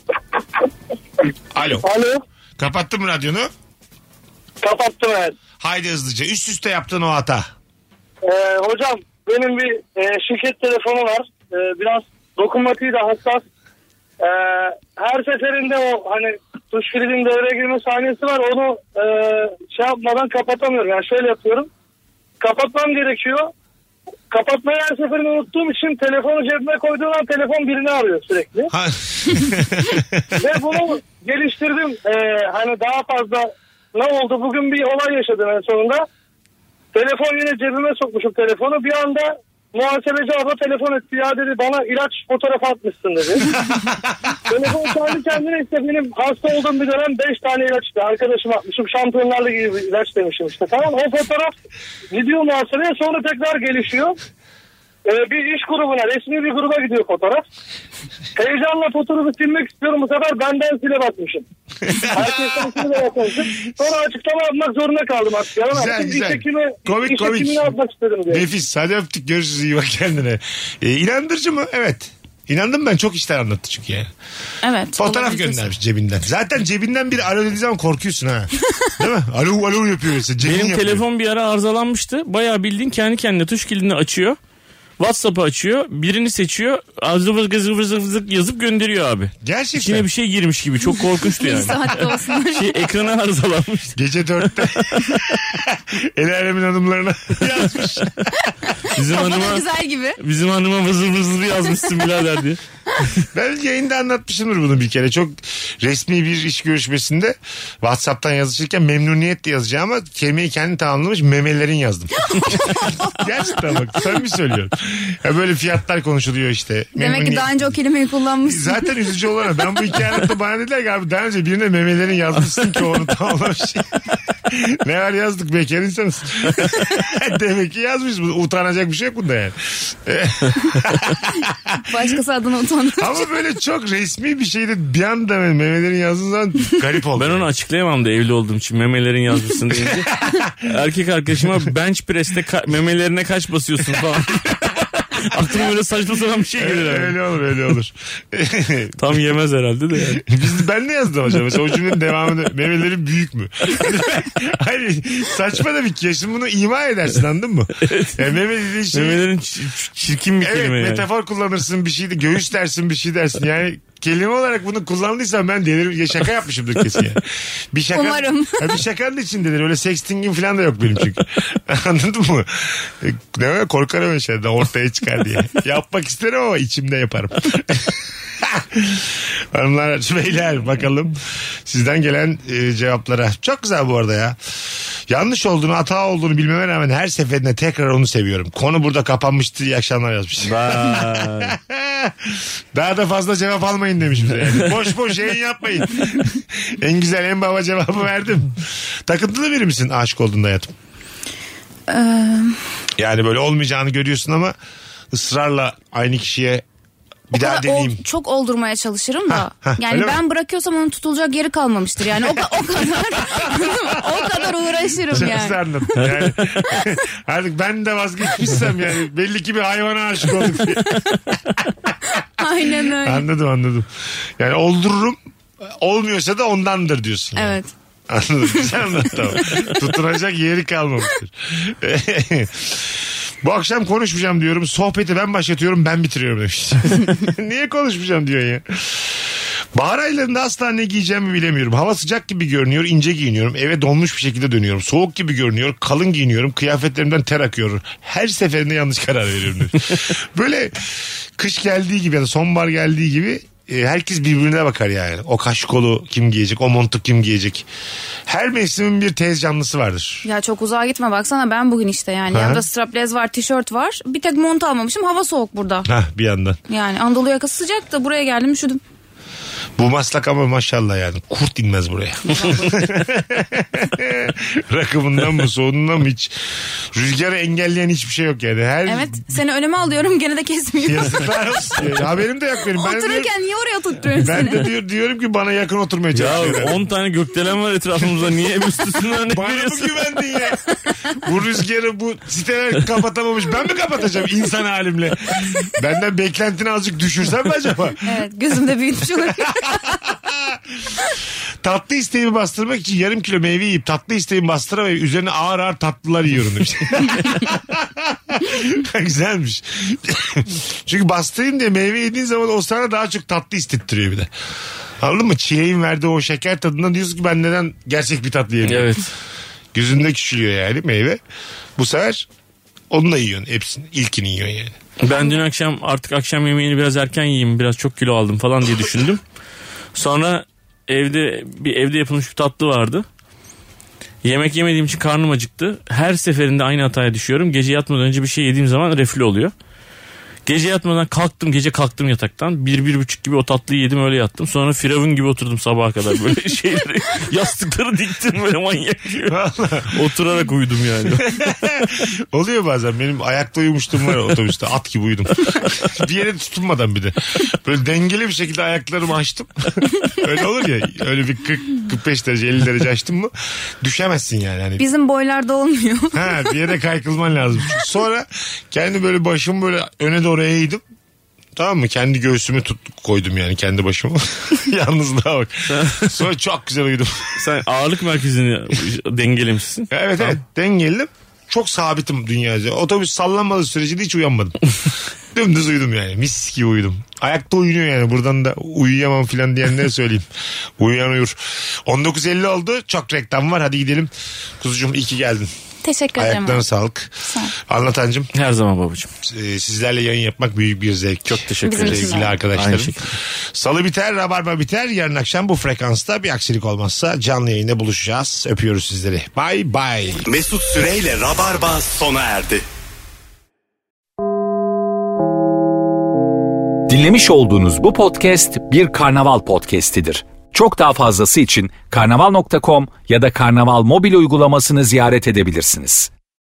[SPEAKER 3] Alo.
[SPEAKER 14] Alo.
[SPEAKER 3] Kapattın mı radyonu?
[SPEAKER 14] Kapattım evet.
[SPEAKER 3] Haydi hızlıca. Üst üste yaptığın o hata.
[SPEAKER 14] Ee, hocam benim bir e, şirket telefonu var. E, biraz dokunmatiği de hassas. E, her seferinde o hani tuş kilidin devreye girme sahnesi var. Onu e, şey yapmadan kapatamıyorum. Yani şöyle yapıyorum. Kapatmam gerekiyor. Kapatmayı her seferinde unuttuğum için telefonu cebime koyduğum an telefon birini arıyor sürekli. Ve bunu geliştirdim. Ee, hani daha fazla ne oldu? Bugün bir olay yaşadım en sonunda. Telefon yine cebime sokmuşum telefonu. Bir anda muhasebeci abla telefon etti. Ya dedi bana ilaç fotoğrafı atmışsın dedi. Telefon kendi kendine işte benim hasta olduğum bir dönem beş tane ilaçtı. Arkadaşım atmışım. Şampiyonlarla gibi bir ilaç demişim işte. Tamam o fotoğraf gidiyor muhasebeye sonra tekrar gelişiyor. Ee, bir iş grubuna resmi bir gruba gidiyor fotoğraf. Heyecanla fotoğrafı silmek istiyorum bu sefer benden sile batmışım. Herkesten sile batmışım. Sonra açıklama yapmak zorunda kaldım artık.
[SPEAKER 3] Güzel güzel.
[SPEAKER 14] Ekimi,
[SPEAKER 3] komik komik.
[SPEAKER 14] yapmak istedim diye.
[SPEAKER 3] Nefis. Hadi öptük. Görüşürüz. İyi bak kendine. Ee, inandırıcı mı? Evet. İnandım ben. Çok işler anlattı çünkü yani.
[SPEAKER 4] Evet.
[SPEAKER 3] Fotoğraf
[SPEAKER 4] olabilir.
[SPEAKER 3] göndermiş cebinden. Zaten cebinden bir alo dediği zaman korkuyorsun ha. Değil mi? Alo alo yapıyor mesela. Cebin
[SPEAKER 5] Benim
[SPEAKER 3] yapıyor.
[SPEAKER 5] telefon bir ara arızalanmıştı. Bayağı bildiğin kendi kendine tuş kilidini açıyor. WhatsApp'ı açıyor. Birini seçiyor. Zıvır zıvır zıvır yazıp gönderiyor abi.
[SPEAKER 3] Gerçekten.
[SPEAKER 5] İçine bir şey girmiş gibi. Çok korkunçtu yani.
[SPEAKER 4] Bir saatte olsun.
[SPEAKER 5] Şey, ekranı arızalanmış.
[SPEAKER 3] Gece dörtte. El alemin hanımlarına yazmış.
[SPEAKER 5] Bizim
[SPEAKER 4] Kafada
[SPEAKER 5] hanıma,
[SPEAKER 4] güzel gibi.
[SPEAKER 5] bizim hanıma vızır vızır yazmışsın birader diye.
[SPEAKER 3] Ben yayında anlatmışımdır bunu bir kere. Çok resmi bir iş görüşmesinde WhatsApp'tan yazışırken memnuniyetle yazacağım ama kelimeyi kendi tamamlamış memelerin yazdım. Gerçekten bak sen mi söylüyorum? Ya böyle fiyatlar konuşuluyor işte.
[SPEAKER 4] Demek ki daha önce o kelimeyi kullanmışsın.
[SPEAKER 3] Zaten üzücü olarak ben bu hikayede bana dediler ki abi daha önce birine memelerin yazmışsın ki onu tamamlamış. Ne var yazdık bekar insanız. Demek ki yazmış bunu. Utanacak bir şey yok bunda yani.
[SPEAKER 4] Başkası adına utanmış.
[SPEAKER 3] Ama böyle çok resmi bir şeyde bir anda memelerin yazdığın zaman garip oldu.
[SPEAKER 5] Ben onu açıklayamam da evli olduğum için memelerin yazmışsın deyince. Erkek arkadaşıma bench press'te ka- memelerine kaç basıyorsun falan. Aklıma böyle saçma sapan bir şey gelir.
[SPEAKER 3] Öyle, öyle olur öyle olur.
[SPEAKER 5] Tam yemez herhalde de yani.
[SPEAKER 3] Biz, ben ne yazdım acaba? Mesela o cümlenin devamını memeleri büyük mü? Hayır saçma da bir ki. Şimdi bunu ima edersin anladın mı?
[SPEAKER 5] Evet.
[SPEAKER 3] Yani meme dediğin şey...
[SPEAKER 5] Memelerin ç- çirkin bir
[SPEAKER 3] evet,
[SPEAKER 5] kelime yani.
[SPEAKER 3] metafor kullanırsın bir şeyde göğüs dersin bir şey dersin. Yani kelime olarak bunu kullandıysam ben delirim. Ya şaka yapmışımdır kesin yani. Bir şaka,
[SPEAKER 4] Umarım.
[SPEAKER 3] Ya bir şakanın içindedir. Öyle sextingin falan da yok benim çünkü. Anladın mı? Ne var? Korkarım öyle şeyden ortaya çıkar diye. Yapmak isterim ama içimde yaparım. Hanımlar beyler bakalım sizden gelen e, cevaplara. Çok güzel bu arada ya. Yanlış olduğunu hata olduğunu bilmeme rağmen her seferinde tekrar onu seviyorum. Konu burada kapanmıştı iyi akşamlar yazmış. Daha da fazla cevap almayın demiş bize. Yani. Boş boş yayın yapmayın. En güzel en baba cevabı verdim. Takıntılı biri misin aşık olduğunda hayatım?
[SPEAKER 4] Ee,
[SPEAKER 3] Yani böyle olmayacağını görüyorsun ama ısrarla aynı kişiye bir
[SPEAKER 4] o
[SPEAKER 3] daha
[SPEAKER 4] kadar
[SPEAKER 3] deneyeyim.
[SPEAKER 4] ol- çok oldurmaya çalışırım da.
[SPEAKER 3] Ha, ha,
[SPEAKER 4] yani ben mi? bırakıyorsam onun tutulacak yeri kalmamıştır. Yani o, o kadar o kadar uğraşırım
[SPEAKER 3] Çok
[SPEAKER 4] yani.
[SPEAKER 3] anladım. Yani, artık ben de vazgeçmişsem yani belli ki bir hayvana aşık olduk diye.
[SPEAKER 4] Aynen öyle.
[SPEAKER 3] Anladım anladım. Yani oldururum olmuyorsa da ondandır diyorsun. Yani.
[SPEAKER 4] Evet.
[SPEAKER 3] Anladım. Güzel anlattım. Tutunacak yeri kalmamıştır. Bu akşam konuşmayacağım diyorum. Sohbeti ben başlatıyorum ben bitiriyorum demiş. Niye konuşmayacağım diyor ya. Bahar aylarında asla ne giyeceğimi bilemiyorum. Hava sıcak gibi görünüyor, ince giyiniyorum. Eve donmuş bir şekilde dönüyorum. Soğuk gibi görünüyor, kalın giyiniyorum. Kıyafetlerimden ter akıyor. Her seferinde yanlış karar veriyorum. Böyle kış geldiği gibi ya da sonbahar geldiği gibi herkes birbirine bakar yani. O kaşkolu kim giyecek, o montu kim giyecek. Her mevsimin bir tez canlısı vardır.
[SPEAKER 4] Ya çok uzağa gitme, baksana ben bugün işte yani. Yanımda straplez var, tişört var. Bir tek mont almamışım, hava soğuk burada.
[SPEAKER 3] Hah, bir yandan.
[SPEAKER 4] Yani Anadolu yakası sıcak da buraya geldim üşüdüm.
[SPEAKER 3] Bu maslak ama maşallah yani. Kurt inmez buraya. Rakımından mı soğuğundan mı hiç. Rüzgarı engelleyen hiçbir şey yok yani. Her...
[SPEAKER 4] Evet, seni önüme alıyorum gene de kesmiyor.
[SPEAKER 3] Yazıklar olsun. Yani. Haberim de yok benim. Ben
[SPEAKER 4] Otururken
[SPEAKER 3] diyor,
[SPEAKER 4] niye oraya tutturuyorsun
[SPEAKER 3] ben
[SPEAKER 4] seni?
[SPEAKER 3] Ben de diyor, diyorum ki bana yakın oturmaya çalışıyor.
[SPEAKER 5] Ya on tane gökdelen var etrafımızda, niye üstüsünden örnek
[SPEAKER 3] bana
[SPEAKER 5] veriyorsun?
[SPEAKER 3] mı güvendin ya? Bu rüzgarı bu siteler kapatamamış. Ben mi kapatacağım insan halimle? Benden beklentini azıcık düşürsem mi acaba?
[SPEAKER 4] Evet, gözümde büyütmüş olabilir.
[SPEAKER 3] Tatlı isteğimi bastırmak için yarım kilo meyve yiyip tatlı isteğimi bastıramayıp üzerine ağır ağır tatlılar yiyorum demiş. Güzelmiş. Çünkü bastırayım diye meyve yediğin zaman o sana daha çok tatlı hissettiriyor bir de. Anladın mı? Çileğin verdiği o şeker tadından diyorsun ki ben neden gerçek bir tatlı yemiyorum.
[SPEAKER 5] Evet.
[SPEAKER 3] Gözünde küçülüyor yani meyve. Bu sefer onu da yiyorsun hepsini. İlkini yiyorsun yani.
[SPEAKER 5] Ben dün akşam artık akşam yemeğini biraz erken yiyeyim, biraz çok kilo aldım falan diye düşündüm. Sonra evde bir evde yapılmış bir tatlı vardı. Yemek yemediğim için karnım acıktı. Her seferinde aynı hataya düşüyorum. Gece yatmadan önce bir şey yediğim zaman reflü oluyor. Gece yatmadan kalktım, gece kalktım yataktan. Bir, bir buçuk gibi o tatlıyı yedim, öyle yattım. Sonra firavun gibi oturdum sabaha kadar böyle şeyleri. Yastıkları diktim böyle manyak gibi. Oturarak uyudum yani.
[SPEAKER 3] Oluyor bazen, benim ayakta uyumuştum var otobüste, at gibi uyudum. Bir yere tutunmadan bir de. Böyle dengeli bir şekilde ayaklarımı açtım. Öyle olur ya, öyle bir kırk kırk beş derece elli derece açtım mı düşemezsin yani. yani.
[SPEAKER 4] Bizim boylarda olmuyor.
[SPEAKER 3] Ha, bir yere kaykılman lazım. Çünkü sonra kendi böyle başımı böyle öne doğru eğdim. Tamam mı? Kendi göğsümü tut, koydum yani kendi başıma. Yalnızlığa bak. Sonra çok güzel uyudum.
[SPEAKER 5] Sen ağırlık merkezini dengelemişsin.
[SPEAKER 3] Evet
[SPEAKER 5] tamam.
[SPEAKER 3] evet dengeledim. Çok sabitim dünyaca. Otobüs sallanmadığı sürece de hiç uyanmadım. Dümdüz uyudum yani. Mis gibi uyudum. Ayakta uyunuyor yani. Buradan da uyuyamam filan diyenlere söyleyeyim. Uyuyan uyur. on dokuz elli oldu. Çok reklam var. Hadi gidelim. Kuzucuğum iyi ki geldin.
[SPEAKER 4] Teşekkür ederim.
[SPEAKER 3] Ayaklarına sağlık. Anlatancım.
[SPEAKER 5] Her zaman babacığım.
[SPEAKER 3] Ee, sizlerle yayın yapmak büyük bir zevk.
[SPEAKER 5] Çok teşekkür ederim.
[SPEAKER 3] Sevgili arkadaşlarım. Salı biter, Rabarba biter. Yarın akşam bu frekansta bir aksilik olmazsa canlı yayında buluşacağız. Öpüyoruz sizleri. Bye bye.
[SPEAKER 2] Mesut Süreyle Rabarba sona erdi.
[SPEAKER 1] Dinlemiş olduğunuz bu podcast bir karnaval podcastidir. Çok daha fazlası için karnaval nokta com ya da karnaval mobil uygulamasını ziyaret edebilirsiniz.